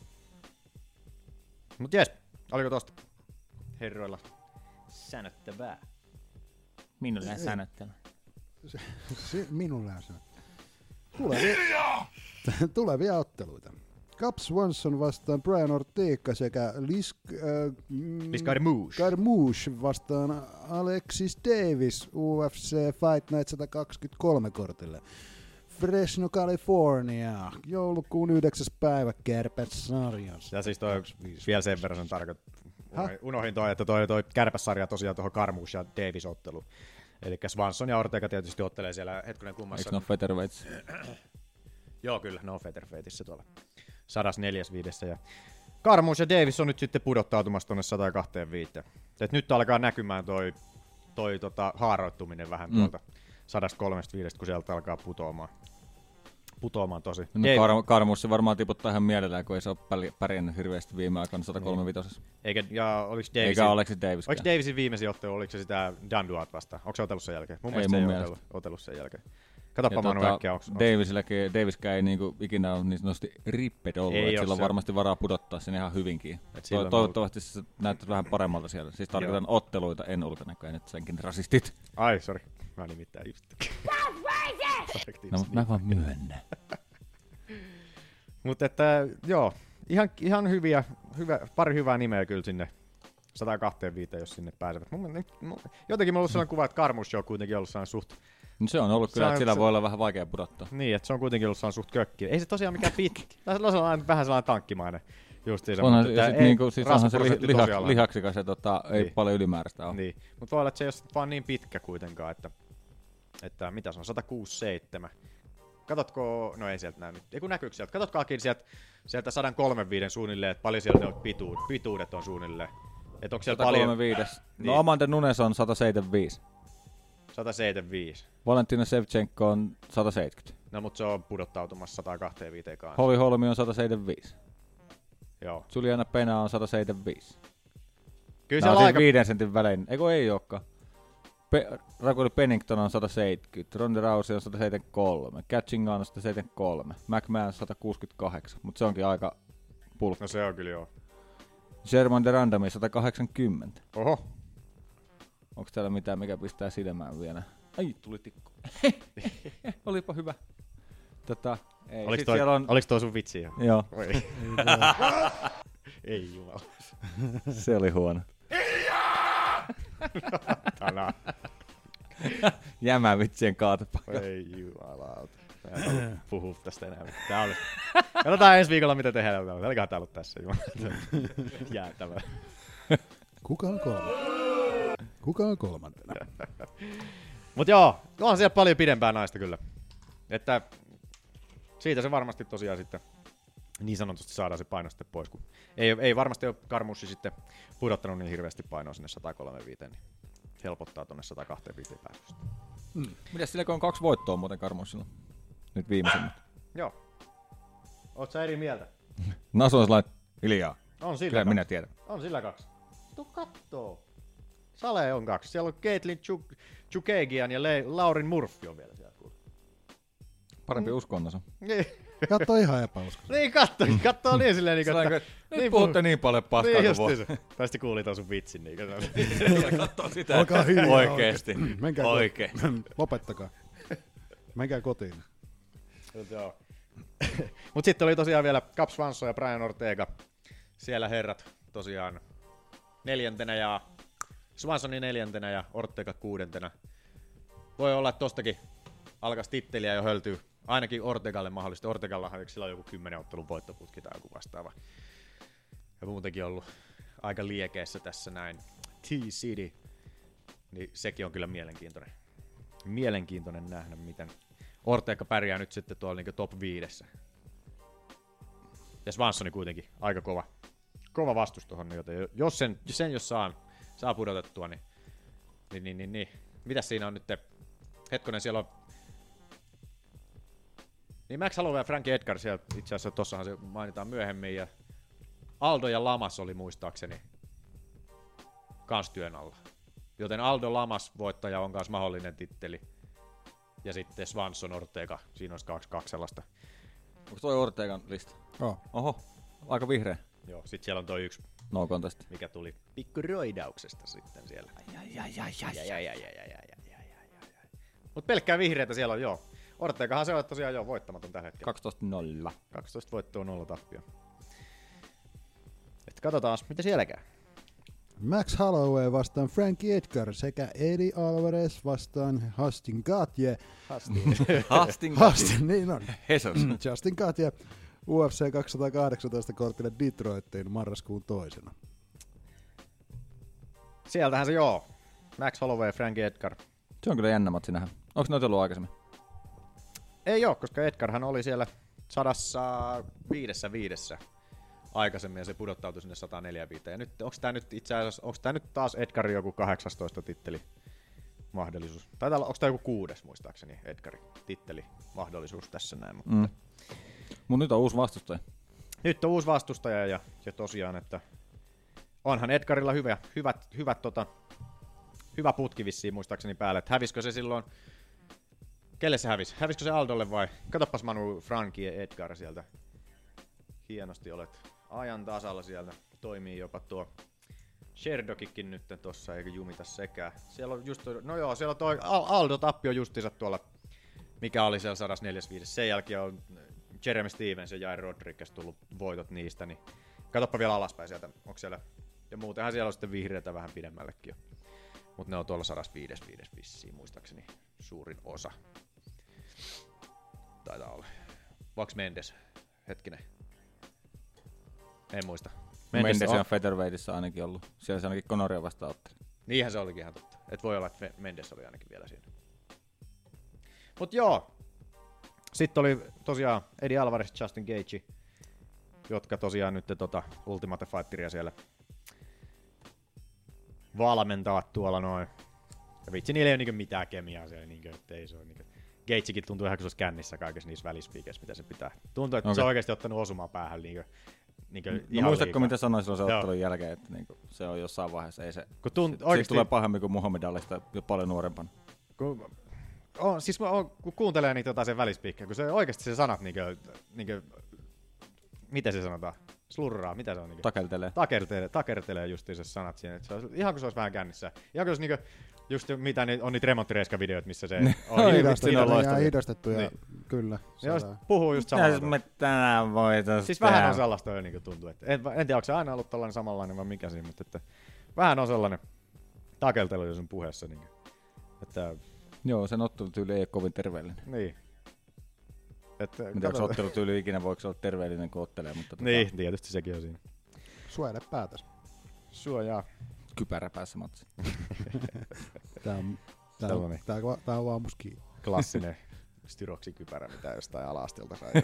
Mut jes, oliko tosta herroilla säännöttävää? Minulla on säännöttävää. Minulla on säännöttävää. Tulevia, tulevia otteluita. Cap Swanson vastaan Brian Ortega sekä Liz, äh, Liz Carmouche. Carmouche vastaan Alexis Davis U F C Fight Night sata kaksikymmentäkolme kortille. Fresno, California, joulukuun yhdeksäs päivä Kärpäs-sarjassa. Ja siis toi vielä sen verran sen tarkoit. Unohdin toi, että toi, toi Kärpäs-sarja tosiaan tuohon Carmouche ja Davis-otteluun. Eli Swanson ja Ortega tietysti ottelee siellä hetkonen kummassa. Eikö ne ole featherweights? Joo, kyllä, ne on featherweightissä tuolla sata neljäkymmentäviisi. Ja Carmouche ja Davis on nyt sitten pudottautumassa tuonne sata kaksikymmentäviisi. Et nyt alkaa näkymään toi, toi tota, haaroittuminen vähän mm. tuolta sata kolmekymmentäviisi, kun sieltä alkaa putoamaan. Putoamaan tosi. No Kar- Carmouche varmaan tiputtaa ihan mielellään, kun ei se ole pärjännyt hirveästi viime aikoina sata kolmekymmentäviisi. Eikä, ja oliks Davisin, Eikä Alexis Davis. Oliko Davisin viimeisen ottelu, oliko se sitä Danduat vastaan? Onko se otellut sen jälkeen? Mun ei mielestä mun se ei mielestä. otellut sen jälkeen. Katoppa Manu tota, äkkiä, onks... Daviskään ei niinku ikinä ole niin sanotusti ripped ollut, että sillä on varmasti varaa pudottaa sen ihan hyvinkin. To- toivottavasti se näyttäisi vähän paremmalta siellä. Siis tarkoitan otteluita, en ulkonäköä, nyt senkin rasistit. Ai, sori. Mä nimittäin just. No, mutta mä vaan myönnän. Mutta että, joo, ihan, ihan hyviä, hyvä, pari hyvää nimeä kyllä sinne sata kaksikymmentäviisi, jos sinne pääsevät. Mun, mun, jotenkin mulla on ollut sellainen kuva, että Carmouche on kuitenkin ollut sellainen suht... No se on ollut kyllä, että sillä se, voi olla vähän vaikea pudottaa. Niin, että se on kuitenkin ollut sellainen suht kökki. Ei se tosiaan mikään pitkä. Se on sellainen, vähän sellainen tankkimainen. Justiinsa, onhan, mutta sit niinku, siis onhan se li, lihaks, lihaksikas ja tota, ei niin. paljon ylimääräistä ole. Niin, mutta voi olla, että se ei ole vaan niin pitkä kuitenkaan, että, että mitä se on, sata kuusikymmentäseitsemän. Katotko, no ei sieltä näy nyt, ei kun näkyykö sieltä, katotkoakin sieltä, sieltä sata kolmekymmentäviisi suunnilleen, että paljon sieltä on pituudet, pituudet on suunnilleen. Että onko siellä paljon... sata kolmekymmentäviisi. No niin. Amanda Nunes on sata seitsemänkymmentäviisi. sata seitsemänkymmentäviisi. Valentina Shevchenko on sata seitsemänkymmentä. No mut se on pudottautumassa sata kaksikymmentäviisi kanssa. Holly Holmi on sata seitsemänkymmentäviisi. Joo. Juliana Pena on sata seitsemänkymmentäviisi. Kyllä se on siis aika... viiden sentin välein. Eikö ei olekaan? Pe- Raquel Pennington on sata seitsemänkymmentä, Ronda Rousey on sata seitsemänkymmentäkolme, Catchingan on sata seitsemänkymmentäkolme, McMahon sata kuusikymmentäkahdeksan, mutta se onkin aika pulkka. No se on kyllä joo. Sherman de Randami sata kahdeksankymmentä. Oho. Onko täällä mitään, mikä pistää silmään vielä? Ai, tuli tikku. Olipa hyvä. Tota, ei. Oliko Sit toi, siellä on... oliks toi sun vitsi? Joo. Ei, ei jumala. Se oli huono. Tänään. Jämää vitsien kaatopaikka. Ei jumalauta. Mä en halua puhua tästä enää. Tää oli... Katsotaan ensi viikolla mitä tehdään. Olikohan tää ollut tässä? Jäätävä. Kuka on kolmantena? Kuka on kolmantena? Mut joo, onhan siellä paljon pidempää naista kyllä. Että siitä se varmasti tosiaan sitten niin sanotusti saadaan se paino sitten pois. Kun ei, ei varmasti ole Carmouche sitten pudottanut niin hirveästi painoa sinne sata kolmekymmentäviisi, niin helpottaa tonne sata kaksikymmentäviisi pääsystä. Mm. Mitäs sillä kun on kaksi voittoa muuten Carmouchella? Nyt viimeisimmät. Joo. Oot sä eri mieltä? Nasu on sellainen hiljaa. On sillä Kyllä kaksi. minä tiedän. On sillä kaksi. Tuu kattoo. Sale on kaksi. Siellä on Caitlin Chuk- Chukagian ja Le- Laurin Murphy on vielä siellä. Parempi mm. uskoon Nasu. Niin. Katso ihan epäuskoisesti. Niin katso, katso niin silleen niin, että... Nyt niin puhutte niin paljon paskaa niin kuin voi. Tai sitten kuulit on sun vitsin niin. Katsoo sitä. Olkaa hiljaa oikeesti. Menkää Oikein. Lopettakaa. Menkää kotiin. Joo. Mut sitten oli tosiaan vielä Cap Swanson ja Brian Ortega. Siellä herrat tosiaan neljäntenä ja Swansonin neljäntenä ja Ortega kuudentena. Voi olla, että tostakin alkaisi titteliä jo höltyy. Ainakin Ortegalle mahdollisesti. Ortegallahan sillä on joku kymmenen ottelun voittoputki tai joku vastaava. Ja muutenkin ollut aika liekeessä tässä näin. T-City. Niin sekin on kyllä mielenkiintoinen. Mielenkiintoinen nähdä, miten Ortega pärjää nyt sitten tuolla niin top viidessä. Ja Swansoni kuitenkin aika kova, kova vastus tuohon, joten jos sen, sen jos saan, saa pudotettua, niin, niin, niin, niin, niin. Mitäs siinä on nyt? Hetkonen, siellä on niin Max Holloway ja Frankie Edgar siellä, itse asiassa tossahan se mainitaan myöhemmin, ja Aldo ja Lamas oli muistaakseni kans työn alla. Joten Aldo Lamas voittaja on kans mahdollinen titteli. Ja sitten Swanson Ortega, siinä olisi kaksi, kaksi sellaista. Onko toi Ortegan lista? Oh. Oho, aika vihreä. Joo, sit siellä on toi yksi, no contest, mikä tuli pikku roidauksesta sitten siellä. Ai, ai, ai, ai, ai, ai, ai, ai, ai, ai, ai. Mut pelkkää vihreätä siellä on, joo. Ortegahan se on tosiaan jo voittamaton tällä hetkellä. kaksitoista nolla. kaksitoista voittoa, nolla tappia. Et katsotaan, mitä siellä käy. Max Holloway vastaan Frankie Edgar sekä Eddie Alvarez vastaan Justin Gauthier. Justin. Justin Justin, niin on. Jesus. Justin Gauthier U F C kaksisataakahdeksantoista kortille Detroittiin marraskuun toisena. Sieltähän se joo. Max Holloway ja Frankie Edgar. Se on kyllä jännä matsi nähdä. Onko noita ollut aikaisemmin? Ei oo, koska Edgarhan oli siellä sadassa viidessä viidessä aikaisemmin ja se pudottautui sinne sata neljäkymmentäviisi. Ja nyt, onks tää nyt itse asiassa, onks tää nyt taas Edgarin joku kahdeksantoista titteli mahdollisuus? Taitaa olla, onks tää joku kuudes muistaakseni Edgarin titteli mahdollisuus tässä näin. Mutta mm. Mut nyt on uusi vastustaja. Nyt on uusi vastustaja ja, ja tosiaan, että onhan Edgarilla hyvä, hyvät, hyvät, tota, hyvä putki vissiin muistaakseni päälle. Et häviskö se silloin, kelle se hävisi? Häviskö se Aldolle vai? Katoppas Manu, Frankie ja Edgar sieltä. Hienosti olet ajan tasalla sieltä. Toimii jopa tuo Sherdokikin nyt tossa, eikä jumita sekään. Siellä on just toi, no joo, siellä on toi Aldo tappio justiinsa tuolla, mikä oli siellä sata neljäkymmentäviisi. Sen jälkeen on Jeremy Stevens ja Jair Rodriguez tullut voitot niistä, niin katoppa vielä alaspäin sieltä, onko siellä, ja muutenhan siellä on sitten vihreätä vähän pidemmällekin jo. Mut ne on tuolla sata viisikymmentäviisi vissiin muistaakseni suurin osa. Taitaa olla. Vox Mendes, hetkinen. En muista. Mendes, Mendes on featherweightissa ainakin ollut. Siellä se ainakin Conoria vastaan otteli. Niinhän se olikin ihan totta. Et voi olla, että Mendes oli ainakin vielä siinä. Mut joo. Sitten oli tosiaan Eddie Alvarez ja Justin Gaethje, jotka tosiaan nyt tota Ultimate Fighteria siellä valmentaa tuolla noin. Ja vitsi, niillä ei ole niinku mitään kemiaa siellä, niinku, että ei se ole niinku. Gaethjekin tuntuu ihan kuin se olisi kännissä kaikessa niissä välispiikeissä, mitä se pitää. Tuntuu, että okay. Se on oikeasti ottanut osumaa päähän niinku. Niinku no, ihan muistatko liikaa. Mitä sanoin silloin se ottelun jälkeen, että niinku, se on jossain vaiheessa, ei se, kun tunt, se oikeasti tulee pahemmin kuin Muhammad Alista jo paljon nuorempana. Kun, on, siis mä, on, kun kuuntelee niitä jotain sen välispiikkejä, kun se oikeasti se sanat niinku, niinku, miten se sanotaan? Slurraa, mitä se on? Niinku? Takertelee. Takertelee, takertelee justiin se sanat siinä, että se on, ihan kuin se olisi vähän kännissä. Ihan kuin se niinku, just mitä ni, on niitä remonttireiska-videoita, missä se on hidastettu ja hidastettu ja niin. Kyllä. Ne olisi puhuu just samalla. Me tänään voitais Siis vähän on sellaista jo niin tuntuu. Että en, en tiedä, onko se aina ollut tällainen samanlainen vai mikä siinä, mutta että vähän on sellainen takeltelu jo sun puheessa. Niin, että... Joo, sen ottelutyyli ei ole kovin terveellinen. Niin. Että, mitä onko ottelutyyli ikinä, voiko se olla terveellinen kun ottelee? Mutta niin, tota... tietysti sekin on siinä. Suojele päätäs. Suojaa. Kypärä päässä matsi. Tää on, tää on, tää, tää on vaan muski. Klassinen styroksikypärä, mitä jostain ala-asteelta sai.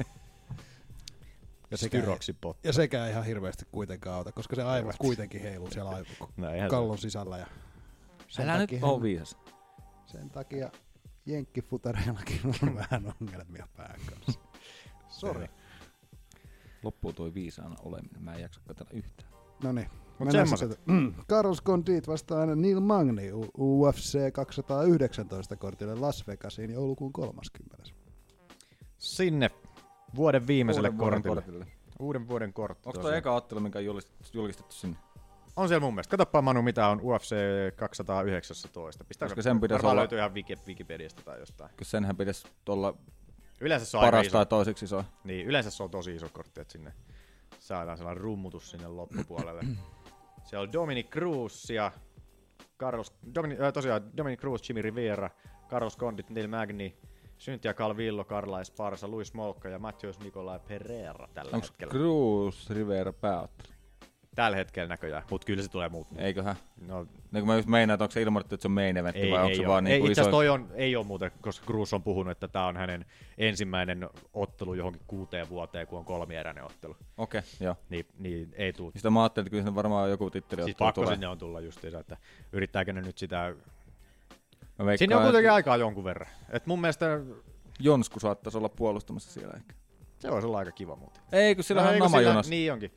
Ja styroksipotti. Ja sekään ihan hirveästi kuitenkaan auta, koska se aivot kuitenkin heiluu siellä aivo, kallon sisällä. Ja älä nyt oo viisas. Sen takia jenkkifutareillakin on vähän ongelmia pään kanssa. Sori. Loppuu toi viisaana oleminen, mä en jaksa katsella yhtään. Noniin. Mm. Carlos Condit vastaan Neil Magny U F C kaksisataayhdeksäntoista kortille Las Vegasiin joulukuun kolmaskymmenes. Sinne vuoden viimeiselle Uuden kortille. vuoden kortille. Uuden vuoden kortti. Onko toi eka ottelu, minkä on julistettu, julistettu sinne? On siellä mun mielestä. Katoppa Manu, mitä on U F C kaksisataayhdeksäntoista. Koska sen pitäisi olla... löytyy ihan Wikipediasta tai jostain. Kyllä senhän pitäisi olla yleensä se on paras tai toiseksi iso. Niin, yleensä se on tosi iso kortti, että sinne saadaan sellainen rummutus sinne loppupuolelle. Siellä on Dominic Cruz ja Carlos, Dominic, äh, tosiaan Dominic Cruz, Jimmy Rivera, Carlos Condit, Neil Magny, Cynthia Calvillo, Carla Esparza, Luis Molka ja Matthews Nicolai Pereira tällä Onks hetkellä. Onko Cruz Rivera pääottelu? Tällä hetkellä näköjään, mutta kyllä se tulee muuttumaan. Eiköhän? No, niin kun mä just meinaan, että onko se ilmoitettu, että se on main eventti ei, vai onko se vaan niinku ei, iso... Itse toi on, ei ole muuten, koska Cruz on puhunut, että tämä on hänen ensimmäinen ottelu johonkin kuuteen vuoteen, kun on kolmieräinen ottelu. Okei, okay, joo. Niin, niin ei tule. Sitä mä ajattelin, että kyllä sinne varmaan joku titteli siis pakko tulee. Sinne on tulla justiinsa, että yrittääkö ne nyt sitä... Veikkaan, sinne on kuitenkin että... aikaa jonkun verran. Et mun mielestä... Jonsku saattaisi olla puolustamassa siellä ehkä. Se voisi olla aika kiva muuten. Ei, kun sillä no, on nama jonossa. Niin onkin.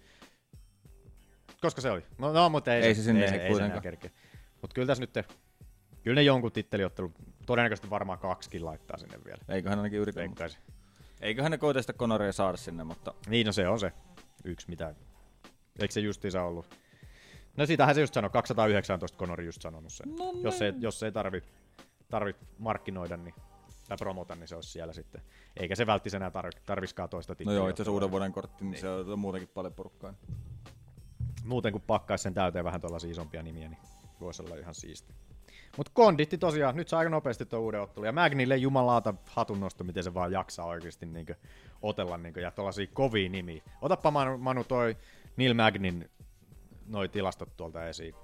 Koska se oli? No, no mutta ei, ei se, se sinne ei, ei kuitenkaan kerkeä. Mutta kyllä tässä nyt, te, kyllä ne jonkun titteliottelu, todennäköisesti varmaan kaksikin laittaa sinne vielä. Eiköhän ainakin yritä. Eiköhän ne koita sitä Conoria saada sinne, mutta... Niin, no se on se yksi mitä. Eikö se justiinsa ollut? No siitähän se just sanoi, kaksisataayhdeksäntoista Conori just sanonut sen. No, jos, ei, jos ei tarvi, tarvi markkinoida niin, tai promota, niin se olisi siellä sitten. Eikä se välttis enää tarvi, tarviskaan toista titteliä. No joo, itse asiassa uuden vuoden kortti, niin, niin se on muutenkin paljon porukkaa. Muuten kun pakkaisi sen täyteen vähän tuollaisia isompia nimiä, niin voisi olla ihan siisti. Mutta Konditti tosiaan, nyt saa aika nopeasti tuon uuden ottelun. Ja Magnille jumalauta hatunnosto, miten se vaan jaksaa oikeasti niin otella niin ja tuollaisia kovia nimiä. Otappa Manu, Manu toi Neil Magnin noi tilastot tuolta esiin.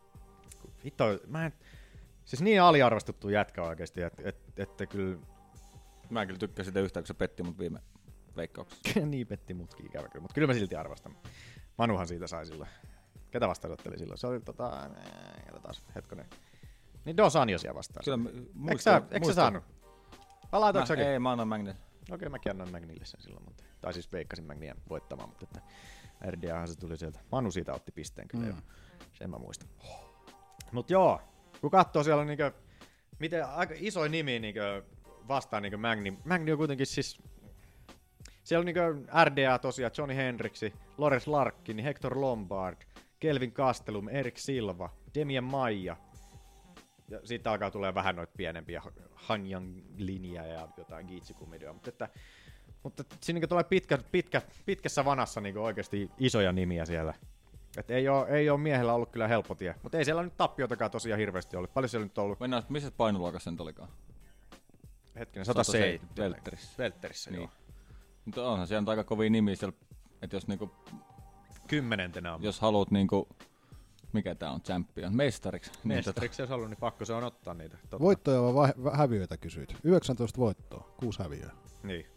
Hitto, mä en... Siis niin aliarvostettu jätkä oikeasti, että et, et, kyllä... Mä en kyllä tykkää sitä yhtään, kun se petti mut viime veikkauksessa. Niin petti mutkin ikävä kyllä, mutta kyllä mä silti arvostan. Manuhan siitä sai silloin. Ketä vastaan otteli silloin? Se oli tota... Katsotaan, hetkonen. Niin Dos Anjosia vastaan. Kyllä muistan. Eikö sä, eikö sä saanut? Laitoinko säkin? Ei, mä annan Magnille. Okei, okay, mäkin annan Magnille sen silloin. Mutta, tai siis veikkasin Magnia voittamaan, mutta että R D Ahan se tuli sieltä. Manu siitä otti pisteen kyllä mm. jo. Sen mä muistan. Mut joo, kun katsoo siellä on niinkö... Miten aika iso nimi niinkö vastaan niinkö Magni. Magni on kuitenkin siis... Siellä on niinkö R D A tosiaan, Johnny Hendriksi, Lawrence Larkin, Hector Lombard, Kelvin Gastelum, Erik Silva, Demian Maia. Ja siitä alkaa tulee vähän noita pienempiä Han Yang-linjaa ja jotain Giitsikumidioa. Mutta, että, mutta siinä niin tulee pitkä, pitkä, pitkässä vanassa niin oikeasti isoja nimiä siellä. Et ei ole, ei ole miehellä ollut kyllä helppo tie. Mutta ei siellä nyt tappiotakaan tosiaan hirveästi ollut. Paljon siellä nyt ollut? Mennään, missä painoluokassa sen olikaan? Hetkinen, sata seitsemänkymmentä. Welterissä. Welterissä, niin. Joo. Mutta onhan siellä aika kovia nimiä siellä, että jos niinku... Kymmenentenä on. Jos haluat niinku... Mikä tää on? Champion? Mestariksi. Mestariksi jos haluat, niin pakko se on ottaa niitä. Totta. Voittoja vai häviöitä kysyit? yhdeksäntoista voittoa, kuusi häviöä. Niin.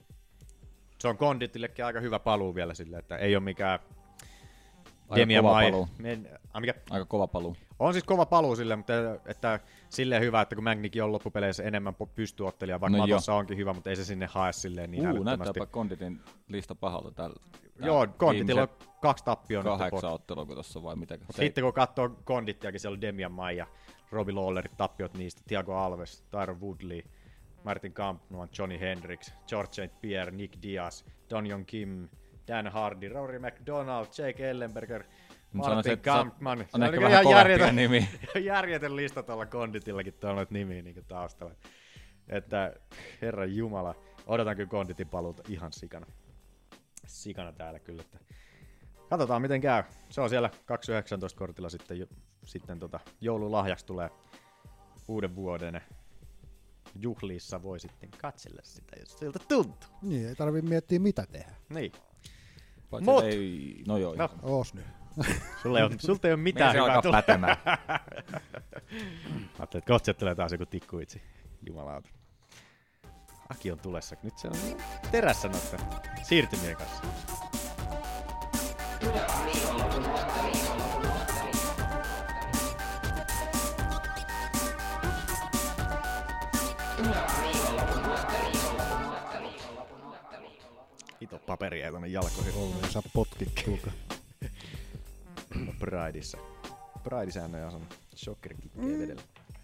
Se on Konditillekin aika hyvä paluu vielä silleen, että ei ole mikään... Aika kova Mai... paluu. Men... Ah, mikä? Aika kova paluu. On siis kova paluu silleen, mutta että silleen hyvä, että kun Magnikin on loppupeleissä enemmän pystyottelija, vaikka no matossa onkin hyvä, mutta ei se sinne hae silleen niin uh, älyttömästi. Näyttääpä Konditin lista pahalta tällä. Joo, Konditilla on kaksi tappioon. Kahdeksan ottelua tuossa vai mitä? Sitten kun katsoo Kondittiakin, siellä on Demian Maia, Robbie Lawlerit, tappiot niistä, Thiago Alves, Tyron Woodley, Martin Kampmann, Johnny Hendricks, George Saint Pierre, Nick Diaz, Don Young Kim, Dan Hardy, Rory McDonald, Jake Ellenberger, Martin Kampmann. On, on ehkä vähän kovempia nimi. Järjetön lista tuolla Konditillakin tuolla noita nimiä niin taustalla. Että herran jumala, odotan kyllä Konditin paluuta ihan sikana. Sikana täällä kyllä. Että katsotaan miten käy. Se on siellä kaksituhattayhdeksäntoista kortilla sitten, jo, sitten tota, joululahjaksi tulee uuden vuoden juhlissa. Voi sitten katsella sitä, jos siltä tuntuu. Niin, ei tarvitse miettiä mitä tehdä. Niin. Paitsi Mut! Ei, no joo. No. Oos nyt. Sulla ei ole, sulta ei ole mitään Meidän se hyvää alkaa pätemään. Ajattelin, että kohta tulee taas joku tikkuitsi. Jumalauta. Aki on tulessa. Nyt se on terässä noissa siirtymien kanssa. Ito paperia tonne jalkoihin. Olleen saa potkittua. Prideissa. Pride-säännöjä on shokkerikikkejä vedellä.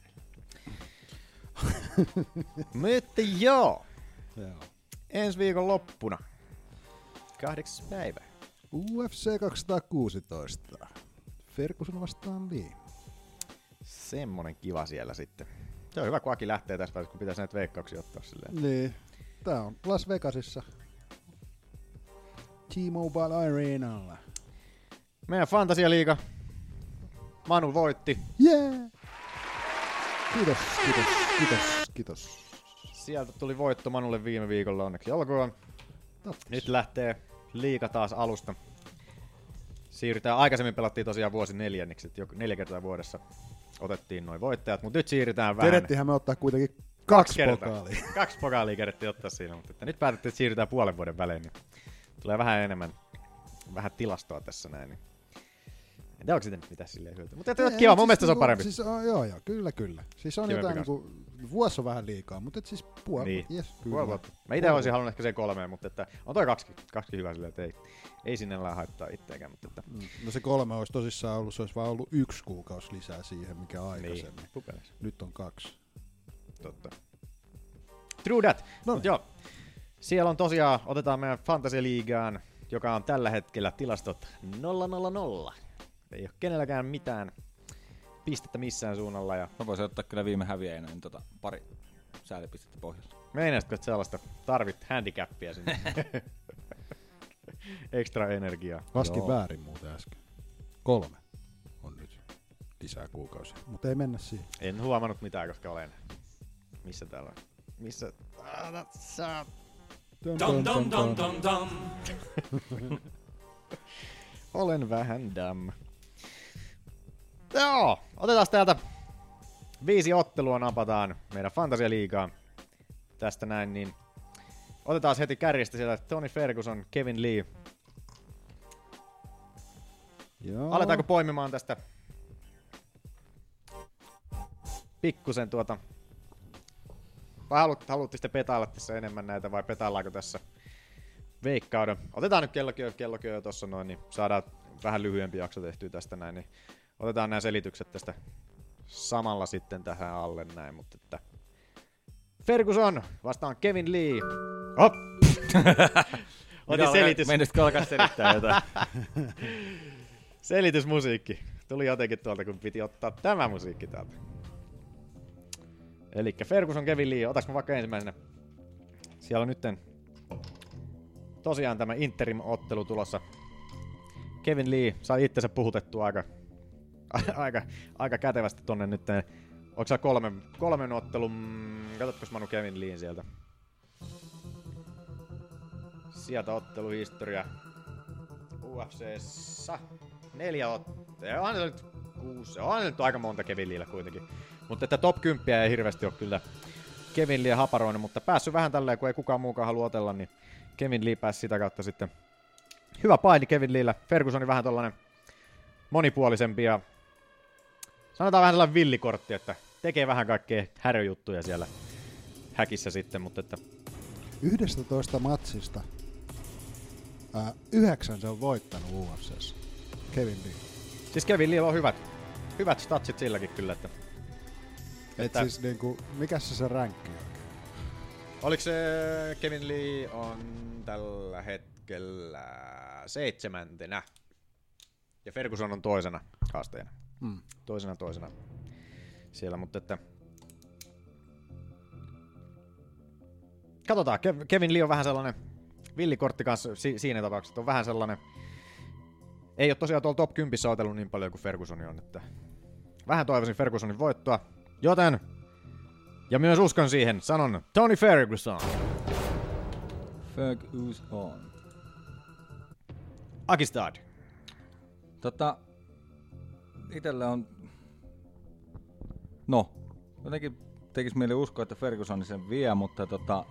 Mutta joo. Joo. Ensi viikon loppuna. Kahdeksas päivä. U F C kaksisataakuusitoista. Ferguson vastaan Lee. Semmonen kiva siellä sitten. Se on hyvä, kun Aki lähtee tässä välissä, kun pitäisi näitä veikkauksia ottaa silleen. Niin. Tää on Las Vegasissa. T-Mobile Arenalla. Meidän Fantasialiiga. Manu voitti. Yeah! Kiitos, kiitos, kiitos, kiitos. Sieltä tuli voitto Manulle viime viikolla onneksi olkoon. Toppis. Nyt lähtee liiga taas alusta. Siirrytään, aikaisemmin pelattiin tosiaan vuosi neljänneksi, että neljä kertaa vuodessa otettiin noin voittajat, mutta nyt siirrytään vähän. Kerettihän me ottaa kuitenkin kaksi, kaksi pokaalia. Kaksi pokaalia kerettiin ottaa siinä, mutta että nyt päätettiin, että siirrytään puolen vuoden välein. Niin tulee vähän enemmän, vähän tilastoa tässä näin. Niin. En tiedä, onko sitä nyt mitään silleen hyötyä. Mutta että kiva, mun siis mielestä se on niinku, parempi. Siis, oh, joo, joo, kyllä, kyllä. Siis on Kivempi jotain niinku, vuosi on vähän liikaa, mutta et siis puoli, niin. yes, kyllä. Puoli vuotta. Mä ite olisin halunnut ehkä sen kolmeen, mutta että on toi kaksi, kaksi hyvä silleen, että ei, ei sinällään haittaa itseäkään. Mutta että. No se kolme olisi tosissaan ollut, se olisi vaan ollut yksi kuukausi lisää siihen, mikä aikaisemmin. Niin, pupeles. Nyt on kaksi. Totta. True that. No Mut joo. Siellä on tosiaan, otetaan meidän Fantasy-liigaan, joka on tällä hetkellä tilastot nolla nolla nolla. Ei ole kenelläkään mitään pistettä missään suunnalla. Ja mä voisin ottaa kyllä viime häviäjänä niin tota, pari säälipistettä pohjalla. Meinaisitko, että sellaista tarvit handicappia sinne? Extra energiaa. Laskin Joo. väärin muuten äsken. Kolme on nyt lisää kuukausia, mutta ei mennä siihen. En huomannut mitään, koska olen... Missä täällä on? Missä? Ah, tässä... Dum dum dum dum dum. Olen vähän dam. Joo, otetaan täältä viisi ottelua napataan meidän Fantasialiigaan. Tästä näin, niin otetaan heti kärjestä sieltä Tony Ferguson, Kevin Lee. Joo. Aletaanko poimimaan tästä pikkusen tuota... Vai haluat, haluatte sitten petailla tässä enemmän näitä vai petaillaanko tässä veikkauden? Otetaan nyt kellokin, kellokin jo tossa noin, niin saadaan vähän lyhyempi jakso tehtyä tästä näin, niin otetaan nämä selitykset tästä samalla sitten tähän alle näin, mutta että Ferguson vastaan Kevin Lee. Hop! Otin selitys. Menisikö alkaa selittää jotain? Selitysmusiikki. Tuli jotenkin tuolta, kun piti ottaa tämä musiikki täältä. Elikkä Ferguson, Kevin Lee. Otaks mä vaikka ensimmäisenä? Siellä on nytten tosiaan tämä interim-ottelu tulossa. Kevin Lee sai itsensä puhutettua aika, aika, aika kätevästi tonne nytten. Onko se kolme, kolmen ottelun? Katsotkos Manu Kevin Leen sieltä? Sieltä otteluhistoria. U F C:ssä neljä ottelua. On se nyt kuusi. On se nyt aika monta Kevin Leellä kuitenkin. Mutta että top kymmenen ei hirveästi ole kyllä Kevin Lee haparoinut, mutta päässyt vähän tälleen, kun ei kukaan muukaan halua otella, niin Kevin Lee pääsi sitä kautta sitten. Hyvä paini Kevin Leellä. Ferguson vähän tollanen monipuolisempi ja sanotaan vähän sellainen villikortti, että tekee vähän kaikkea häröjuttuja siellä häkissä sitten, mutta että yhdestätoista matsista ää, yhdeksän se on voittanut U F C:ssä. Kevin Lee. Siis Kevin Leella on hyvät, hyvät statsit silläkin kyllä, että Et että siis niinku, mikä se se ränkki on? Oliko se Kevin Lee on tällä hetkellä seitsemäntenä ja Ferguson on toisena haasteena. Mm. Toisena toisena siellä, mutta että katsotaan, Kevin Lee on vähän sellainen villikortti kanssa si- siinä tapauksessa, on vähän sellainen, ei ole tosiaan tuolla top kymmenen otellut niin paljon kuin Fergusoni on, että vähän toivoisin Fergusonin voittoa, joten, ja myös uskon siihen, sanon Tony Ferguson. Ferguson. Akistad. Tota, itellä on, no, jotenkin tekis mieli uskoa, että Ferguson sen vie, mutta tota,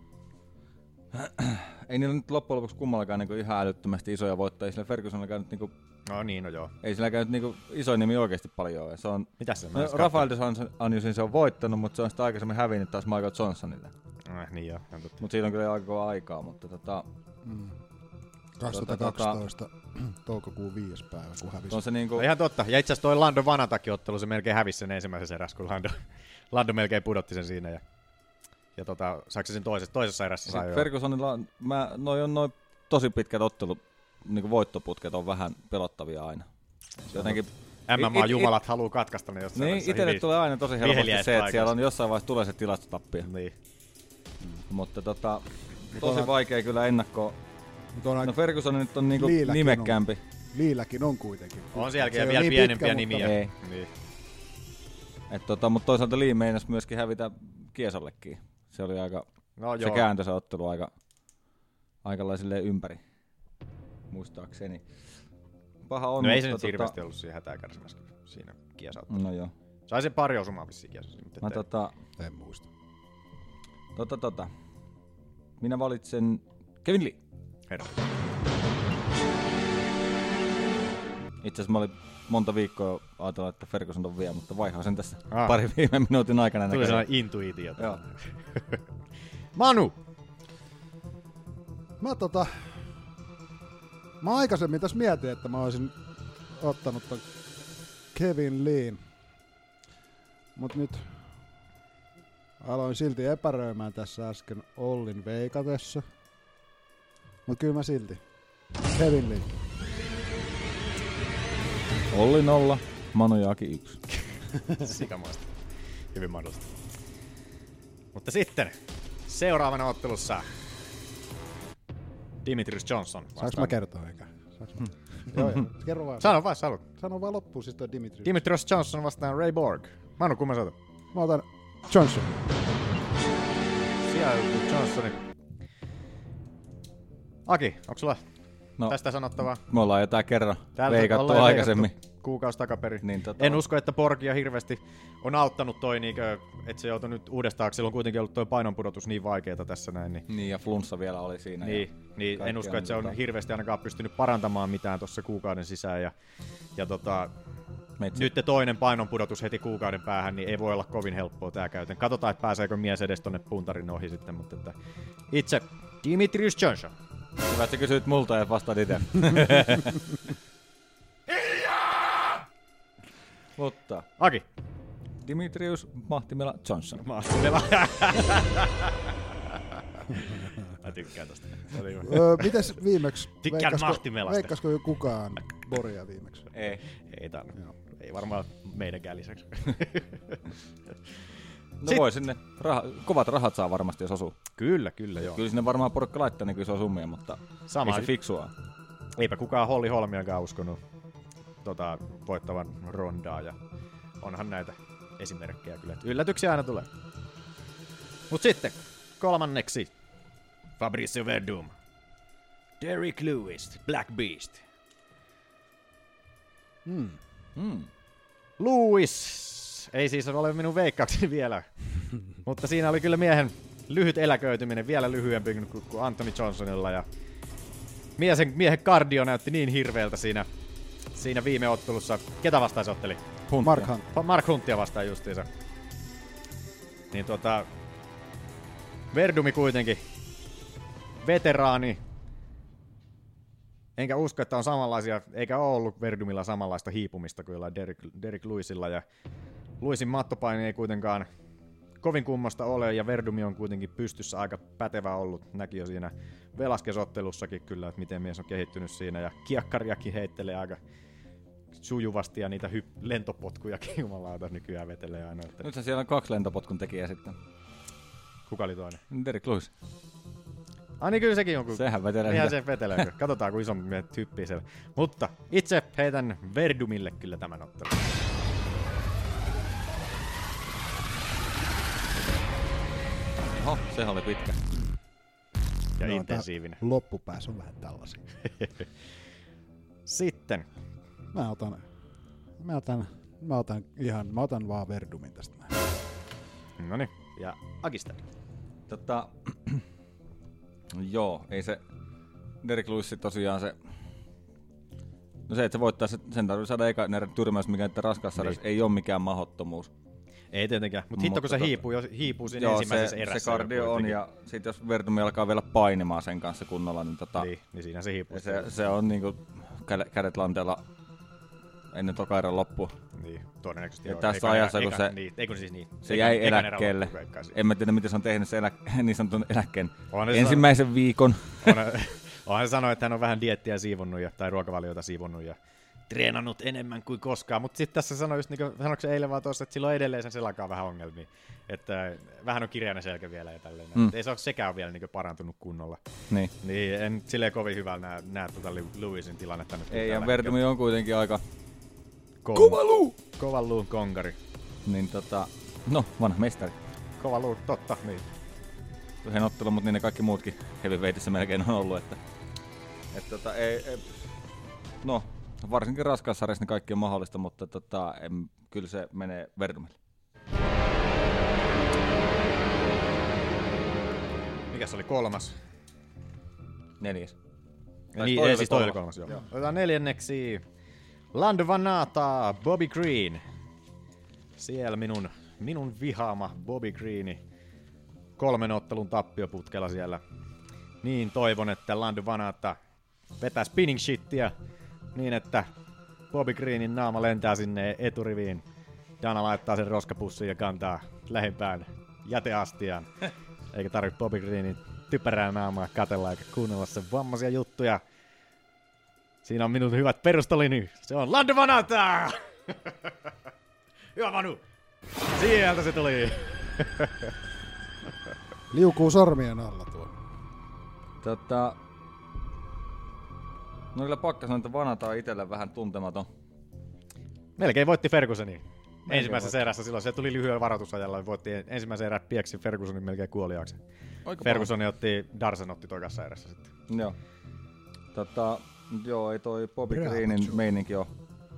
ei niillä nyt loppujen lopuksi kummallakaan niinku ihan älyttömästi isoja voittoja. Ei sillä Fergusonilla käynyt niinku... No niin, no joo. Ei sillä käynyt niinku isoin nimi oikeesti paljon. Se on... Mitäs se? No, Rafael dos Anjousin se on voittanut, mutta se on sitä aikaisemmin hävinnyt taas Michael Johnsonille. Äh, niin joo. Mut siitä on kyllä aika kova aikaa, mutta tota... Mm. kaksituhattakaksitoista toukokuun viides päivä, kun hävisi. On se niinku... No ihan totta. Ja itse asiassa toi Lando Vanatakin-ottelu, se melkein hävisi sen ensimmäisessä erässä, kun Lando, Lando melkein pudotti sen siinä. Ja, ja tota, saiko se sen toisessa, toisessa erässä sai jo? Fergusonilla, mä, noi on noin tosi pitkät ottelut, niinku voittoputket on vähän pelottavia aina. Jotenkin... M M A-jumalat haluaa katkaista ne jossain. Niin, itelle tulee aina tosi helposti se, että siellä on jossain vaiheessa tulee se tilastotappio. Niin. Mm. Mutta tota, tosi vaikea kyllä ennakkoa. No Ferguson nyt on niinku nimekkäämpi. Liilläkin on kuitenkin. On sielläkin vielä niin pienempiä pitkä, nimiä. Ei. Niin. Et tota, mutta toisaalta Lee meinas myöskin hävitä Kiesallekin. Se oli aika, no se kääntö se ottelu aika, aikalaisille ympäri, muistaakseni. Paha on. No ei se nyt tota, hirveästi ollut siinä hätää kärsimässä siinä Kiesaottelussa. No joo. Sai se pari osumaa vissiin Kiesassa. Mä tota... En muista. Tota tota. Minä valitsen Kevin Lee. Herra. Itse asiassa mä olin monta viikkoa ajatella, että Ferguson on vielä, mutta vaihaa sen tässä ah. pari viime minuutin aikana. Tuli sellainen intuitio. Joo. Manu! Mä tota... Mä aikaisemmin tässä mietin, että mä olisin ottanut ton Kevin Leen. Mut nyt aloin silti epäröimään tässä äsken Ollin veikatessa. Mut kyllä mä silti. Kevin Lee. Olli nolla, Manu ja Aki yksi. Sikamaista. Hyvin mahdollista. Mutta sitten seuraavana ottelussa Demetrius Johnson. Saanko mä kertoa eikä? Mä? Joo, joo. Kerro vaan. Sano vaan, sano. Sano vaan loppuun siis toi Demetrius. Demetrius Johnson vastaan Ray Borg. Manu, kumman sä otat? Mä otan Johnson. Siellä Johnsoni. Aki, onko sulla no, tästä sanottavaa? Me ollaan jotain kerran veikattu aikaisemmin. Kuukausi takaperin. Niin, tota... En usko, että Borgia hirveästi on auttanut toi, niinkö, että se joutui nyt uudestaan, sillä on kuitenkin ollut toi painonpudotus niin vaikeeta tässä näin. Niin, niin ja flunssa vielä oli siinä. Niin, niin en usko, että se on tota... hirveästi ainakaan pystynyt parantamaan mitään tuossa kuukauden sisään. Ja, ja tota, nyt toinen painonpudotus heti kuukauden päähän, niin ei voi olla kovin helppoa tää käytön. Katsotaan, että pääseekö mies edes tonne puntarin ohi sitten, mutta että itse Demetrius Johnson. Hyvä, että sä kysyit multa ja vastaat itse. Mutta Aki. Demetrius Mahtimela Johnson. Mahtimela. Mä tykkään tosta. öö, mites viimeksi? Tykkään Mahtimelasta. Veikkasko jo kukaan Boria viimeksi? Ei. Ei tainnut. Joo. Ei varmaan meidänkään lisäksi. No Sit... voi sinne. Raha, kovat rahat saa varmasti, jos osuu. Kyllä, kyllä joo. Kyllä sinne varmaan porukka laittaa niin isoa summia, mutta Sama. Ei se fiksua. Eipä kukaan Holly Holmiakaan uskonut tota, voittavan Rondaa. Ja onhan näitä esimerkkejä kyllä. Yllätyksiä aina tulee. Mut sitten kolmanneksi Fabricio Werdum. Derrick Lewis, Black Beast. Hmm. Hmm. Lewis. Ei siis ole minun veikkaukseni vielä. Mutta siinä oli kyllä miehen lyhyt eläköityminen, vielä lyhyempi kuin, kuin Anthony Johnsonilla. Ja miehen, miehen kardio näytti niin hirveältä siinä, siinä viime ottelussa. Ketä vastaan se otteli? Huntia. Mark Hunt. Mark Huntia vastaan justiinsa. Niin tota... Werdumi kuitenkin. Veteraani. Enkä usko, että on samanlaisia, eikä ole ollut Werdumilla samanlaista hiipumista kuin jollain Derrick, Derrick Lewisilla. Ja Lewisin mattopaini ei kuitenkaan kovin kummosta ole, ja Werdumi on kuitenkin pystyssä aika pätevä ollut. Näki jo siinä Velasquez-ottelussakin kyllä, että miten mies on kehittynyt siinä, ja kiekkariakin heittelee aika sujuvasti, ja niitä hy- lentopotkujakin jumalauta nykyään vetelee aina. Että... Nythän siellä on kaksi lentopotkun tekijää sitten. Kuka oli toinen? Derek Lewis. Ai niin kyllä sekin on. Sehän vetelee. Ihan se vetelee. Katsotaan kuin isompi meidät hyppii siellä. Mutta itse heitän Verdumille kyllä tämän ottelun. Oho, sehän oli pitkä. Ja no, intensiivinen. Loppupäässä on vähän tällaisia. Sitten. Mä otan, mä otan, mä otan ihan, mä otan vaan Verdumin tästä näin. Noniin, ja Agista. Tota, joo, ei se Derek Lewis tosiaan se, no se, että se voittaa, sen tarvitsee saada eka näiden tyrmäys, mikä nyt raskaassarjassa niin. Ei ole mikään mahdottomuus. Ei tietenkään, mutta hitto kun se hiipuu, jos hiipuu siinä joo, ensimmäisessä se, erässä. Se kardio on, ja sit jos Verdumi alkaa vielä painimaan sen kanssa kunnolla, niin tota... Niin, niin siinä se hiipuu. Se, se on niinku kädet lanteella ennen toka erän loppua. Niin, todennäköisesti ja joo. tässä Eka, ajassa, eka, kun se, niin, eikun siis niin. se Eka, jäi eläkkeelle, en mä tiedä miten se on tehnyt se elä, niin sanotun eläkkeen ensimmäisen sano, viikon. On, onhan se sanonut, että hän on vähän diettiä siivonnut ja, tai ruokavaliota siivonnut ja treenannut enemmän kuin koskaan, mutta sitten tässä sanoi just niin kuin, sanoiko se eilen vaan tuossa, että silloin edelleen sen selakaan vähän ongelmia, että vähän on kireänä selkä vielä ja tälleen, mm. ei se ole sekään vielä niin parantunut kunnolla. Niin. Niin en silleen kovin hyvällä näe, näe tuota Lewisin tilannetta nyt. Ei, ja Verdumi on kuitenkin aika Kong. Kova luu! Kova luun konkari. Niin tota, no vanha mestari. Kova luu, totta, niin. Yhden ottelun, mutta niin ne kaikki muutkin heavyweightissä melkein on ollut, että, että tota, ei, ei, no varsinkin raskaassarjassa niin kaikki on mahdollista, mutta tota, en, kyllä se menee Verdumille. Mikäs oli kolmas? Neljäs. Ja niin, ei, siis toi oli kolmas, joo. joo. Otetaan neljänneksi Lando Vannata, Bobby Green. Siellä minun, minun vihaama Bobby Greeni. Kolmen ottelun tappioputkella siellä. Niin toivon, että Lando Vannata vetää spinning shittiä niin, että Bobby Greenin naama lentää sinne eturiviin. Dana laittaa sen roskapussiin ja kantaa lähempään jäteastiaan. Eikä tarvitse Bobby Greenin typerää naamaa katella eikä kuunnella sen vammaisia juttuja. Siinä on minun hyvät perustolini. Se on Lando Vannata! Hyvä Manu! Sieltä se tuli! Liukuu sormien alla tuo. Tota... No kyllä pakka sanoa, että Vannata on itselle vähän tuntematon. Melkein voitti Fergusonin. Ensimmäisessä erässä silloin se tuli lyhyellä varoitusajalla ja voitti ensimmäisen erän pieksi Fergusonin melkein kuoliaaksi. Ferguson otti, Darsen otti toikassa erässä sitten. Joo. Tota, joo, ei toi Bobby Greenin meininki ole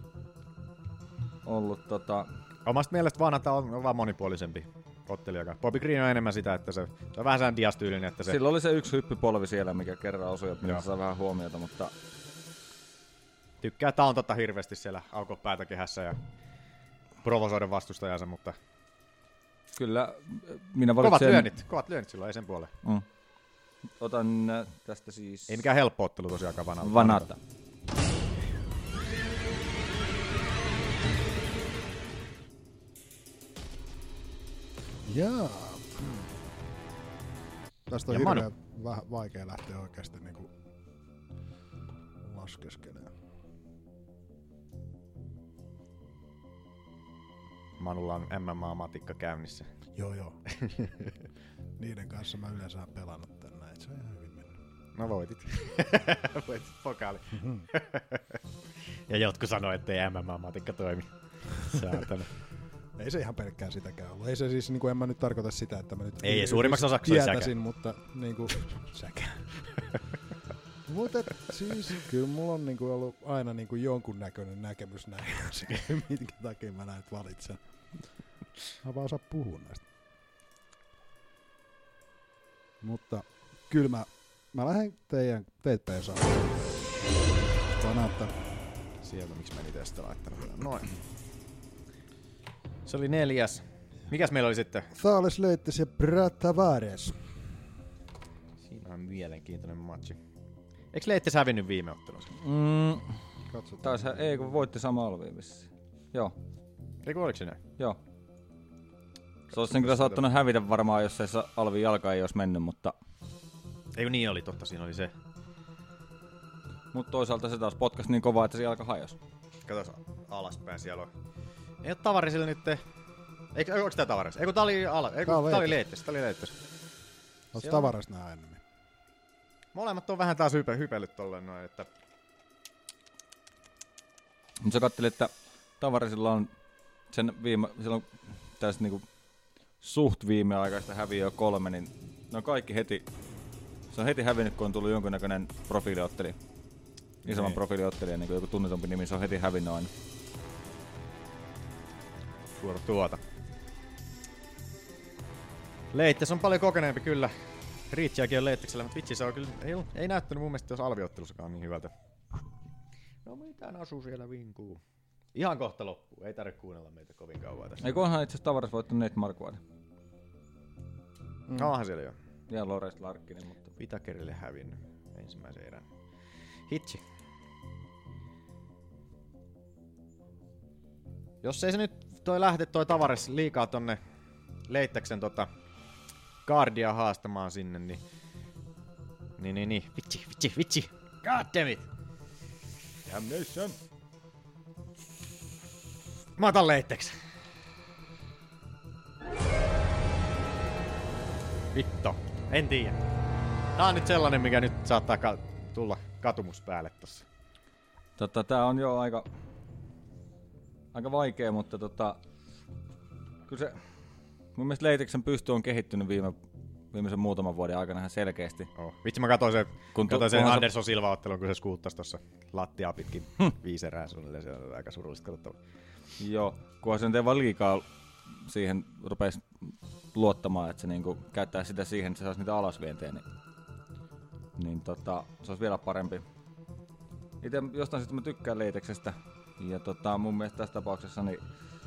ollut tota... Omasta mielestä Vannata on vaan monipuolisempi ottelijakaan. Bobby Green on enemmän sitä, että se, se on vähän sehän Diaz-tyylinen, että se... Silloin oli se yksi hyppypolvi siellä, mikä kerran osui, että se saa vähän huomiota, mutta... Tykkää tauntata hirveästi siellä auko päätäkehässä ja provosoida vastustajansa, mutta... Kyllä, minä valitsen... Kovat lyönnit, kovat lyönnit silloin, ei sen puoleen. Mm. Otan tästä siis... Ei mikään helppo ottelu tosiaankaan Vannata. Vannata. Jaa. Tästä on ja hirveän va- vaikea lähteä oikeasti niinku laskeskelemaan. Manulla on M M A-matikka käynnissä. Joo joo. Niiden kanssa mä yleensä oon pelannut tän näin, se on ihan hyvin mennyt. No voitit. voitit pokaali. Ja jotkut sanoo, ettei M M A-matikka toimi. Saatana. Ei se ihan pelkkään sitäkään ollut. Ei se siis, niinku, en mä nyt tarkoita sitä, että mä nyt ei, suurimmaksi osaksi tietäisin, mutta niinku, säkä. Mutta siis kyllä mulla on niinku ollut aina niinku jonkunnäköinen näkemys näin, minkä takia mä näet valitsen. Mä vaan osaa puhua näistä. Mutta kyllä mä, mä lähden teidän, teet päin saa. Vannata. Sieltä miksi mä en ite sitä laittanut. Noin. Se oli neljäs. Mikäs meillä oli sitten? Thales Leites ja Brad Tavares. Siinä on mielenkiintoinen matchi. Eikö Leites hävinnyt viime ottelussa? Mm. Katsotaan. Taisi, ei kun voitti sama Alviin vissiin. Joo. Eikö oliko se näin? Joo. Se olisi sen kyllä saattanut hävitä varmaan, jos se Alvin jalka ei olisi mennyt, mutta... Ei niin oli, totta, siinä oli se. Mutta toisaalta se taas potkasi niin kovaa, että se jalka hajosi. Katos alaspäin, siellä on. Ei ole Tavaresilla nyt... Eikö, onko tää Tavares? Eikö tää oli ala... Eikö, tää oli Leites, tää oli Leites. Oletko Tavares nähnyt? Niin? Molemmat on vähän taas hype, hypellyt tolleen noin, että... Mutta sä kattelit, että Tavaresilla on sen viime, silloin tästä niinku suht viimeaikaista häviöä kolme, niin ne on kaikki heti, se on heti hävinnyt, kun on tullut jonkinnäköinen profiiliotteli. Isomman profiiliottelija, niin kuin joku tunnetumpi nimi, se on heti hävinnyt aina. Suora tuota. Leittes on paljon kokeneempi kyllä. Reachiakin on Leitteksellä, mutta vitsi se on kyllä, ei, ei näyttänyt mun mielestä tuossa alviottelussakaan niin hyvältä. No mitä Nasu siellä vinkuu? Ihan kohta loppuu, ei tarvitse kuunnella meitä kovin kauan tässä. Eikö onhan itse asiassa Tavares voittanut Nate Marquardt? Mm. No onhan siellä jo. Ja Lorenz Larkkinen, mutta... Whittakerille hävinnyt ensimmäisen erän. Hitsi. Jos ei se nyt toi lähde toi Tavares liikaa tonne Leitteksen tota guardia haastamaan sinne, niin... Niin, niin, niin. Vitsi, vitsi, vitsi. God damn it. Damnation. Mä otan Leitteksen. Vitto. En tiedä. Tää on nyt sellainen, mikä nyt saattaa ka- tulla katumus päälle tossa. Tota, tää on jo aika... Aika vaikea, mutta tota... Kyllä se... Mun mielestä Leiteksen pysty on kehittynyt viime, viimeisen muutaman vuoden aikana ihan selkeästi. Oh. Vitsi mä katsoin sen, kun katsoin tu- sen se... Anderson Silva-ottelun, kun se skuuttasi tossa lattiaa pitkin hm. viisi erää suunnilleen. Se on aika surullista katsottavaa. Joo, kunhan se nyt ei vaan liikaa siihen rupesi luottamaan, että se niinku käyttää sitä siihen, että se saisi niitä alasvientejä, niin, niin tota, se olisi vielä parempi. Itse jostain sitten mä tykkään Leiteksestä, ja tota, mun mielestä tässä tapauksessa niin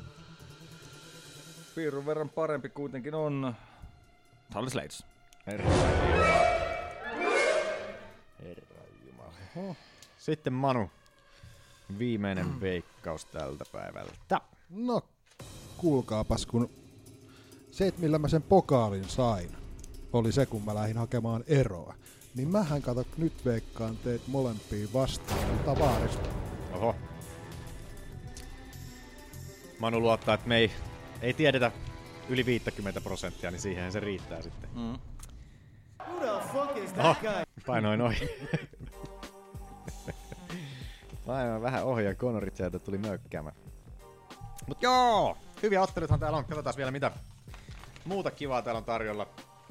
piirun verran parempi kuitenkin on Tully Slates. Herra Jumala. Oh. Sitten Manu. Viimeinen veikkaus tältä päivältä. No, kuulkaapas, kun se, että millä mä sen pokaalin sain, oli se, kun mä lähdin hakemaan eroa. Niin mähän kato, nyt veikkaan teet molempia vastaan Tavaresta. Oho. Manu luottaa, että me ei, ei tiedetä yli viisikymmentä prosenttia, niin siihen se riittää sitten. Mm. Who the fuck is that Oho, guy? painoin ohi. Painoin vähän ohi ja Conorit sieltä tuli mökkäämään. Mut joo, hyviä otteluthan täällä on. Katsotaan vielä mitä muuta kivaa täällä on tarjolla.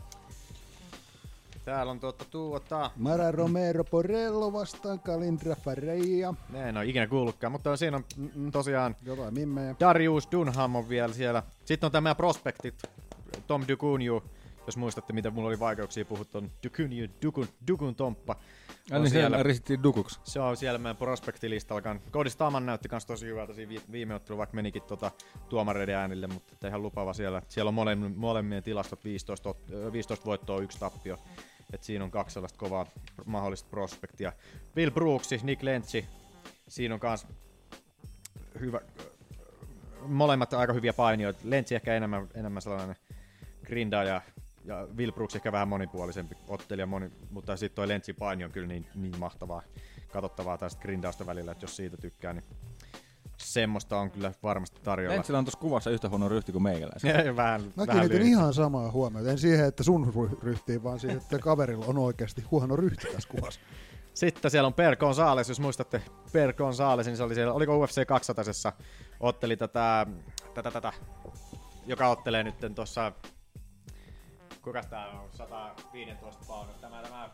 Täällä on tuota tuota... Mara Romero Porello vastaan Kalindra Faria. Ne en oo ikinä kuullutkaan, mutta siinä on Mm-mm. tosiaan... Jotain mimmejä. Darius Dunham on vielä siellä. Sitten on tämä prospektit. Tom Ducunju, jos muistatte mitä mulla oli vaikeuksia puhua ton Ducunju, Dukun, Dukun Tomppa. Ja niin siellä risittiin Dukuksi. Se on siellä meidän prospektilistalla. Cody Staman näytti kans tosi hyvältä siinä viime ottelu, vaikka menikin tota tuomareiden äänille, mutta ihan lupaava siellä. Siellä on molemmien, molemmien tilastot viisitoista, viisitoista voittoa, yksi tappio. Et siinä on kaksi sellaista kovaa mahdollista prospektia. Will Brooks, Nick Lentsi, siinä on kans hyvä, molemmat aika hyviä painijoita. Lentsi ehkä enemmän, enemmän sellainen grindaaja ja Will Brooks ehkä vähän monipuolisempi ottelija, moni, mutta sitten toi Lentsin paini on kyllä niin, niin mahtavaa, katsottavaa tästä grindausta välillä, että jos siitä tykkää, niin semmoista on kyllä varmasti tarjolla. Lentsillä on tuossa kuvassa yhtä huono ryhti kuin meikäläisen. vähän, Mä vähän kiinnitin lyhyt. ihan samaa huomiota. En siihen, että sun ryhtiin, vaan siihen, että kaverilla on oikeasti huono ryhti tässä kuvassa. Sitten siellä on Per Gonzalez, jos muistatte Per Gonzalez, niin se oli siellä, oliko U F C kaksisataa otteli tätä, tätä, tätä, joka ottelee nyt tuossa, kukas tää on, sata viisitoista paunia, tämä, tämä,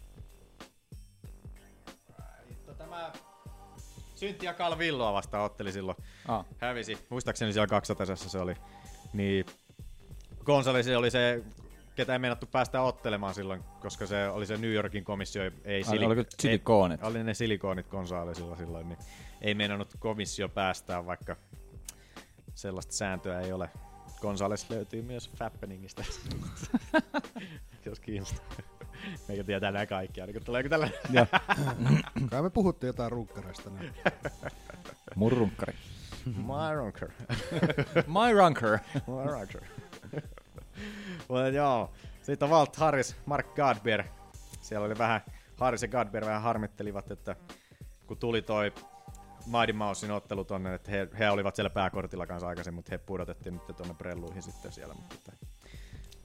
tämä, Cynthia Calvilloa vastaan otteli silloin, ah. hävisi, muistaakseni siellä kaksisataa se oli, niin Gonzalez oli se, ketä ei meinattu päästä ottelemaan silloin, koska se oli se New Yorkin komissio, ei Ai, oliko silikoonit? Oli ne silikoonit Gonzalezilla silloin, niin ei meinannut komissio päästää, vaikka sellaista sääntöä ei ole. Gonzalez löytyy myös Fappeningistä, jos kiinnostaa. Meikä tietää nää kaikki, ainakin tuleeko tällainen. Kai me puhuttiin jotain runkkareista. Mun runkkari. My runker. My runker. My runker. Mutta joo, sitten on Walt Harris, Mark Godbeer. Siellä oli vähän, Harris ja Godbeer vähän harmittelivat, että kun tuli toi Mighty Mousein ottelu tonne, että he, he olivat siellä pääkortilla kanssa aikaisin, mutta he pudotettiin nyt tonne prelluihin sitten siellä. Mutta että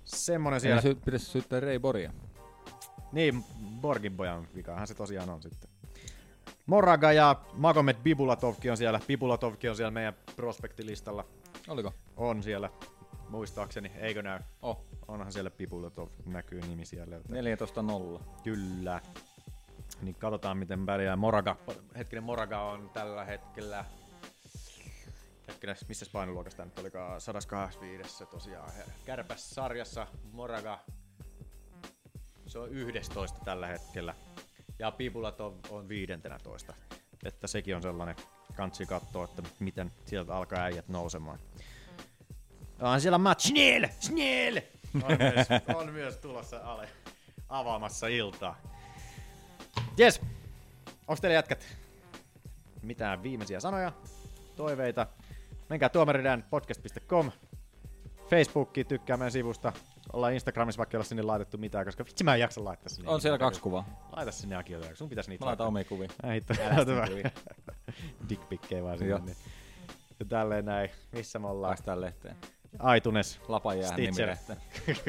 Semmonen siellä. Ei sy- pitäisi syyttää Ray Boria. Niin, Borgin pojan vikahan se tosiaan on sitten. Moraga ja Magomed Bibulatovkin on siellä. Bibulatovkin on siellä meidän prospektilistalla. Oliko? On siellä, muistaakseni. Eikö näy? Oh. Onhan siellä Bibulatov, näkyy nimi siellä. neljätoista nolla. Kyllä. Niin katsotaan miten pärjää. Moraga, hetkinen Moraga on tällä hetkellä... Hetkinen, missä painoluokassa tää nyt olikaan? sata kahdeksankymmentäviisi tosiaan. Kärpäs-sarjassa Moraga, se on yksitoista tällä hetkellä. Ja Bibulatov on viisitoista. Että sekin on sellainen kantsi kattoo, että miten sieltä alkaa äijät nousemaan. On siellä Matt Schnell! Schnell! On myös, on myös tulossa ale, avaamassa iltaa. Jes! Onks teille jätkät mitään viimeisiä sanoja, toiveita? Menkää tuomaridän podcast piste com. Facebookiin tykkää meidän sivusta. Ollaan Instagramissa, vaikka ei olla sinne laitettu mitään, koska vitsi mä en jaksa laittaa sinne. On siellä kaksi kuvaa. Laita sinne Aki jotain, sun pitäis niitä Mä laitan omia kuvia. Mä hitto. Dickpikkejä vaan sinne. Niin. Ja tälleen näin. Missä me ollaan? Päästään lehteen. iTunes. Lapajää Stitcher. nimilehteen.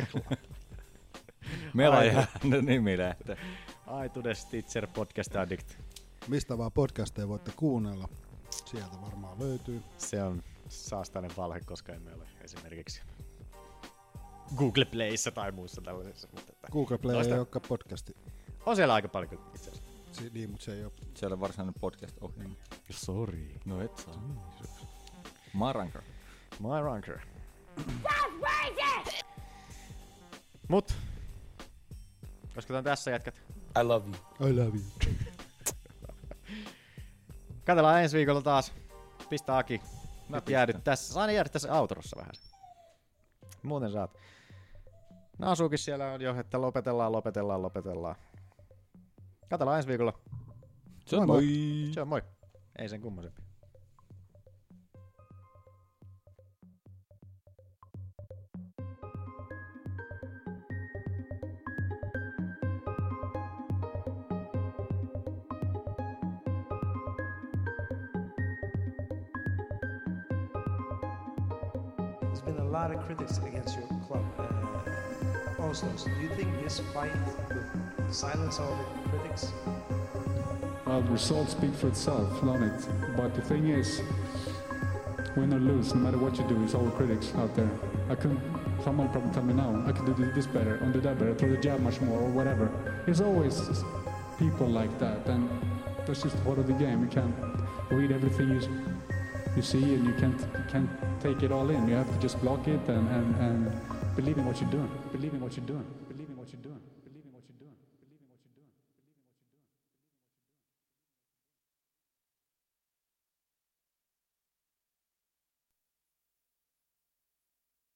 Melajää nimilehteen. iTunes, Stitcher, Podcast Addict. Mistä vaan podcasteja voitte kuunnella. Sieltä varmaan löytyy. Se on saastainen valhe, koska emme ole esimerkiksi Google Playssa tai muissa tällaisissa. Mutta että Google Play toista... ei olekaan podcasti. On siellä aika paljon kyllä itse asiassa. Si- niin, mutta se ei ole. Siellä on varsinainen podcast-ohjelma. Sorry. No et saa. My Ranker. My Ranker. Mut, koska tän tässä jätkät. I love you. I love you. Katsellaan ensi viikolla taas. Pistä Aki. Mä Nyt pistän. jäädyt tässä. Saan jäädyt tässä outrossa vähän. Muuten saat. Naasuukin siellä on jo, että lopetellaan, lopetellaan, lopetellaan. Katsellaan ensi viikolla. Se on moi. Se on moi. Ei sen kummosempi. There's been a lot of critics against your club. Uh, Oslos, do you think this fight will silence all the critics? Well, the results speak for itself, don't it? But the thing is, win or lose, no matter what you do, it's all critics out there. I couldn't, someone probably tell me now, I could do this better, and do that better, throw the jab much more, or whatever. There's always people like that, and that's just part of the game. You can't read everything you you see, and you can't you can't take it all in. You have to just block it and, and, and believe in what you're doing. Believe in what you're doing.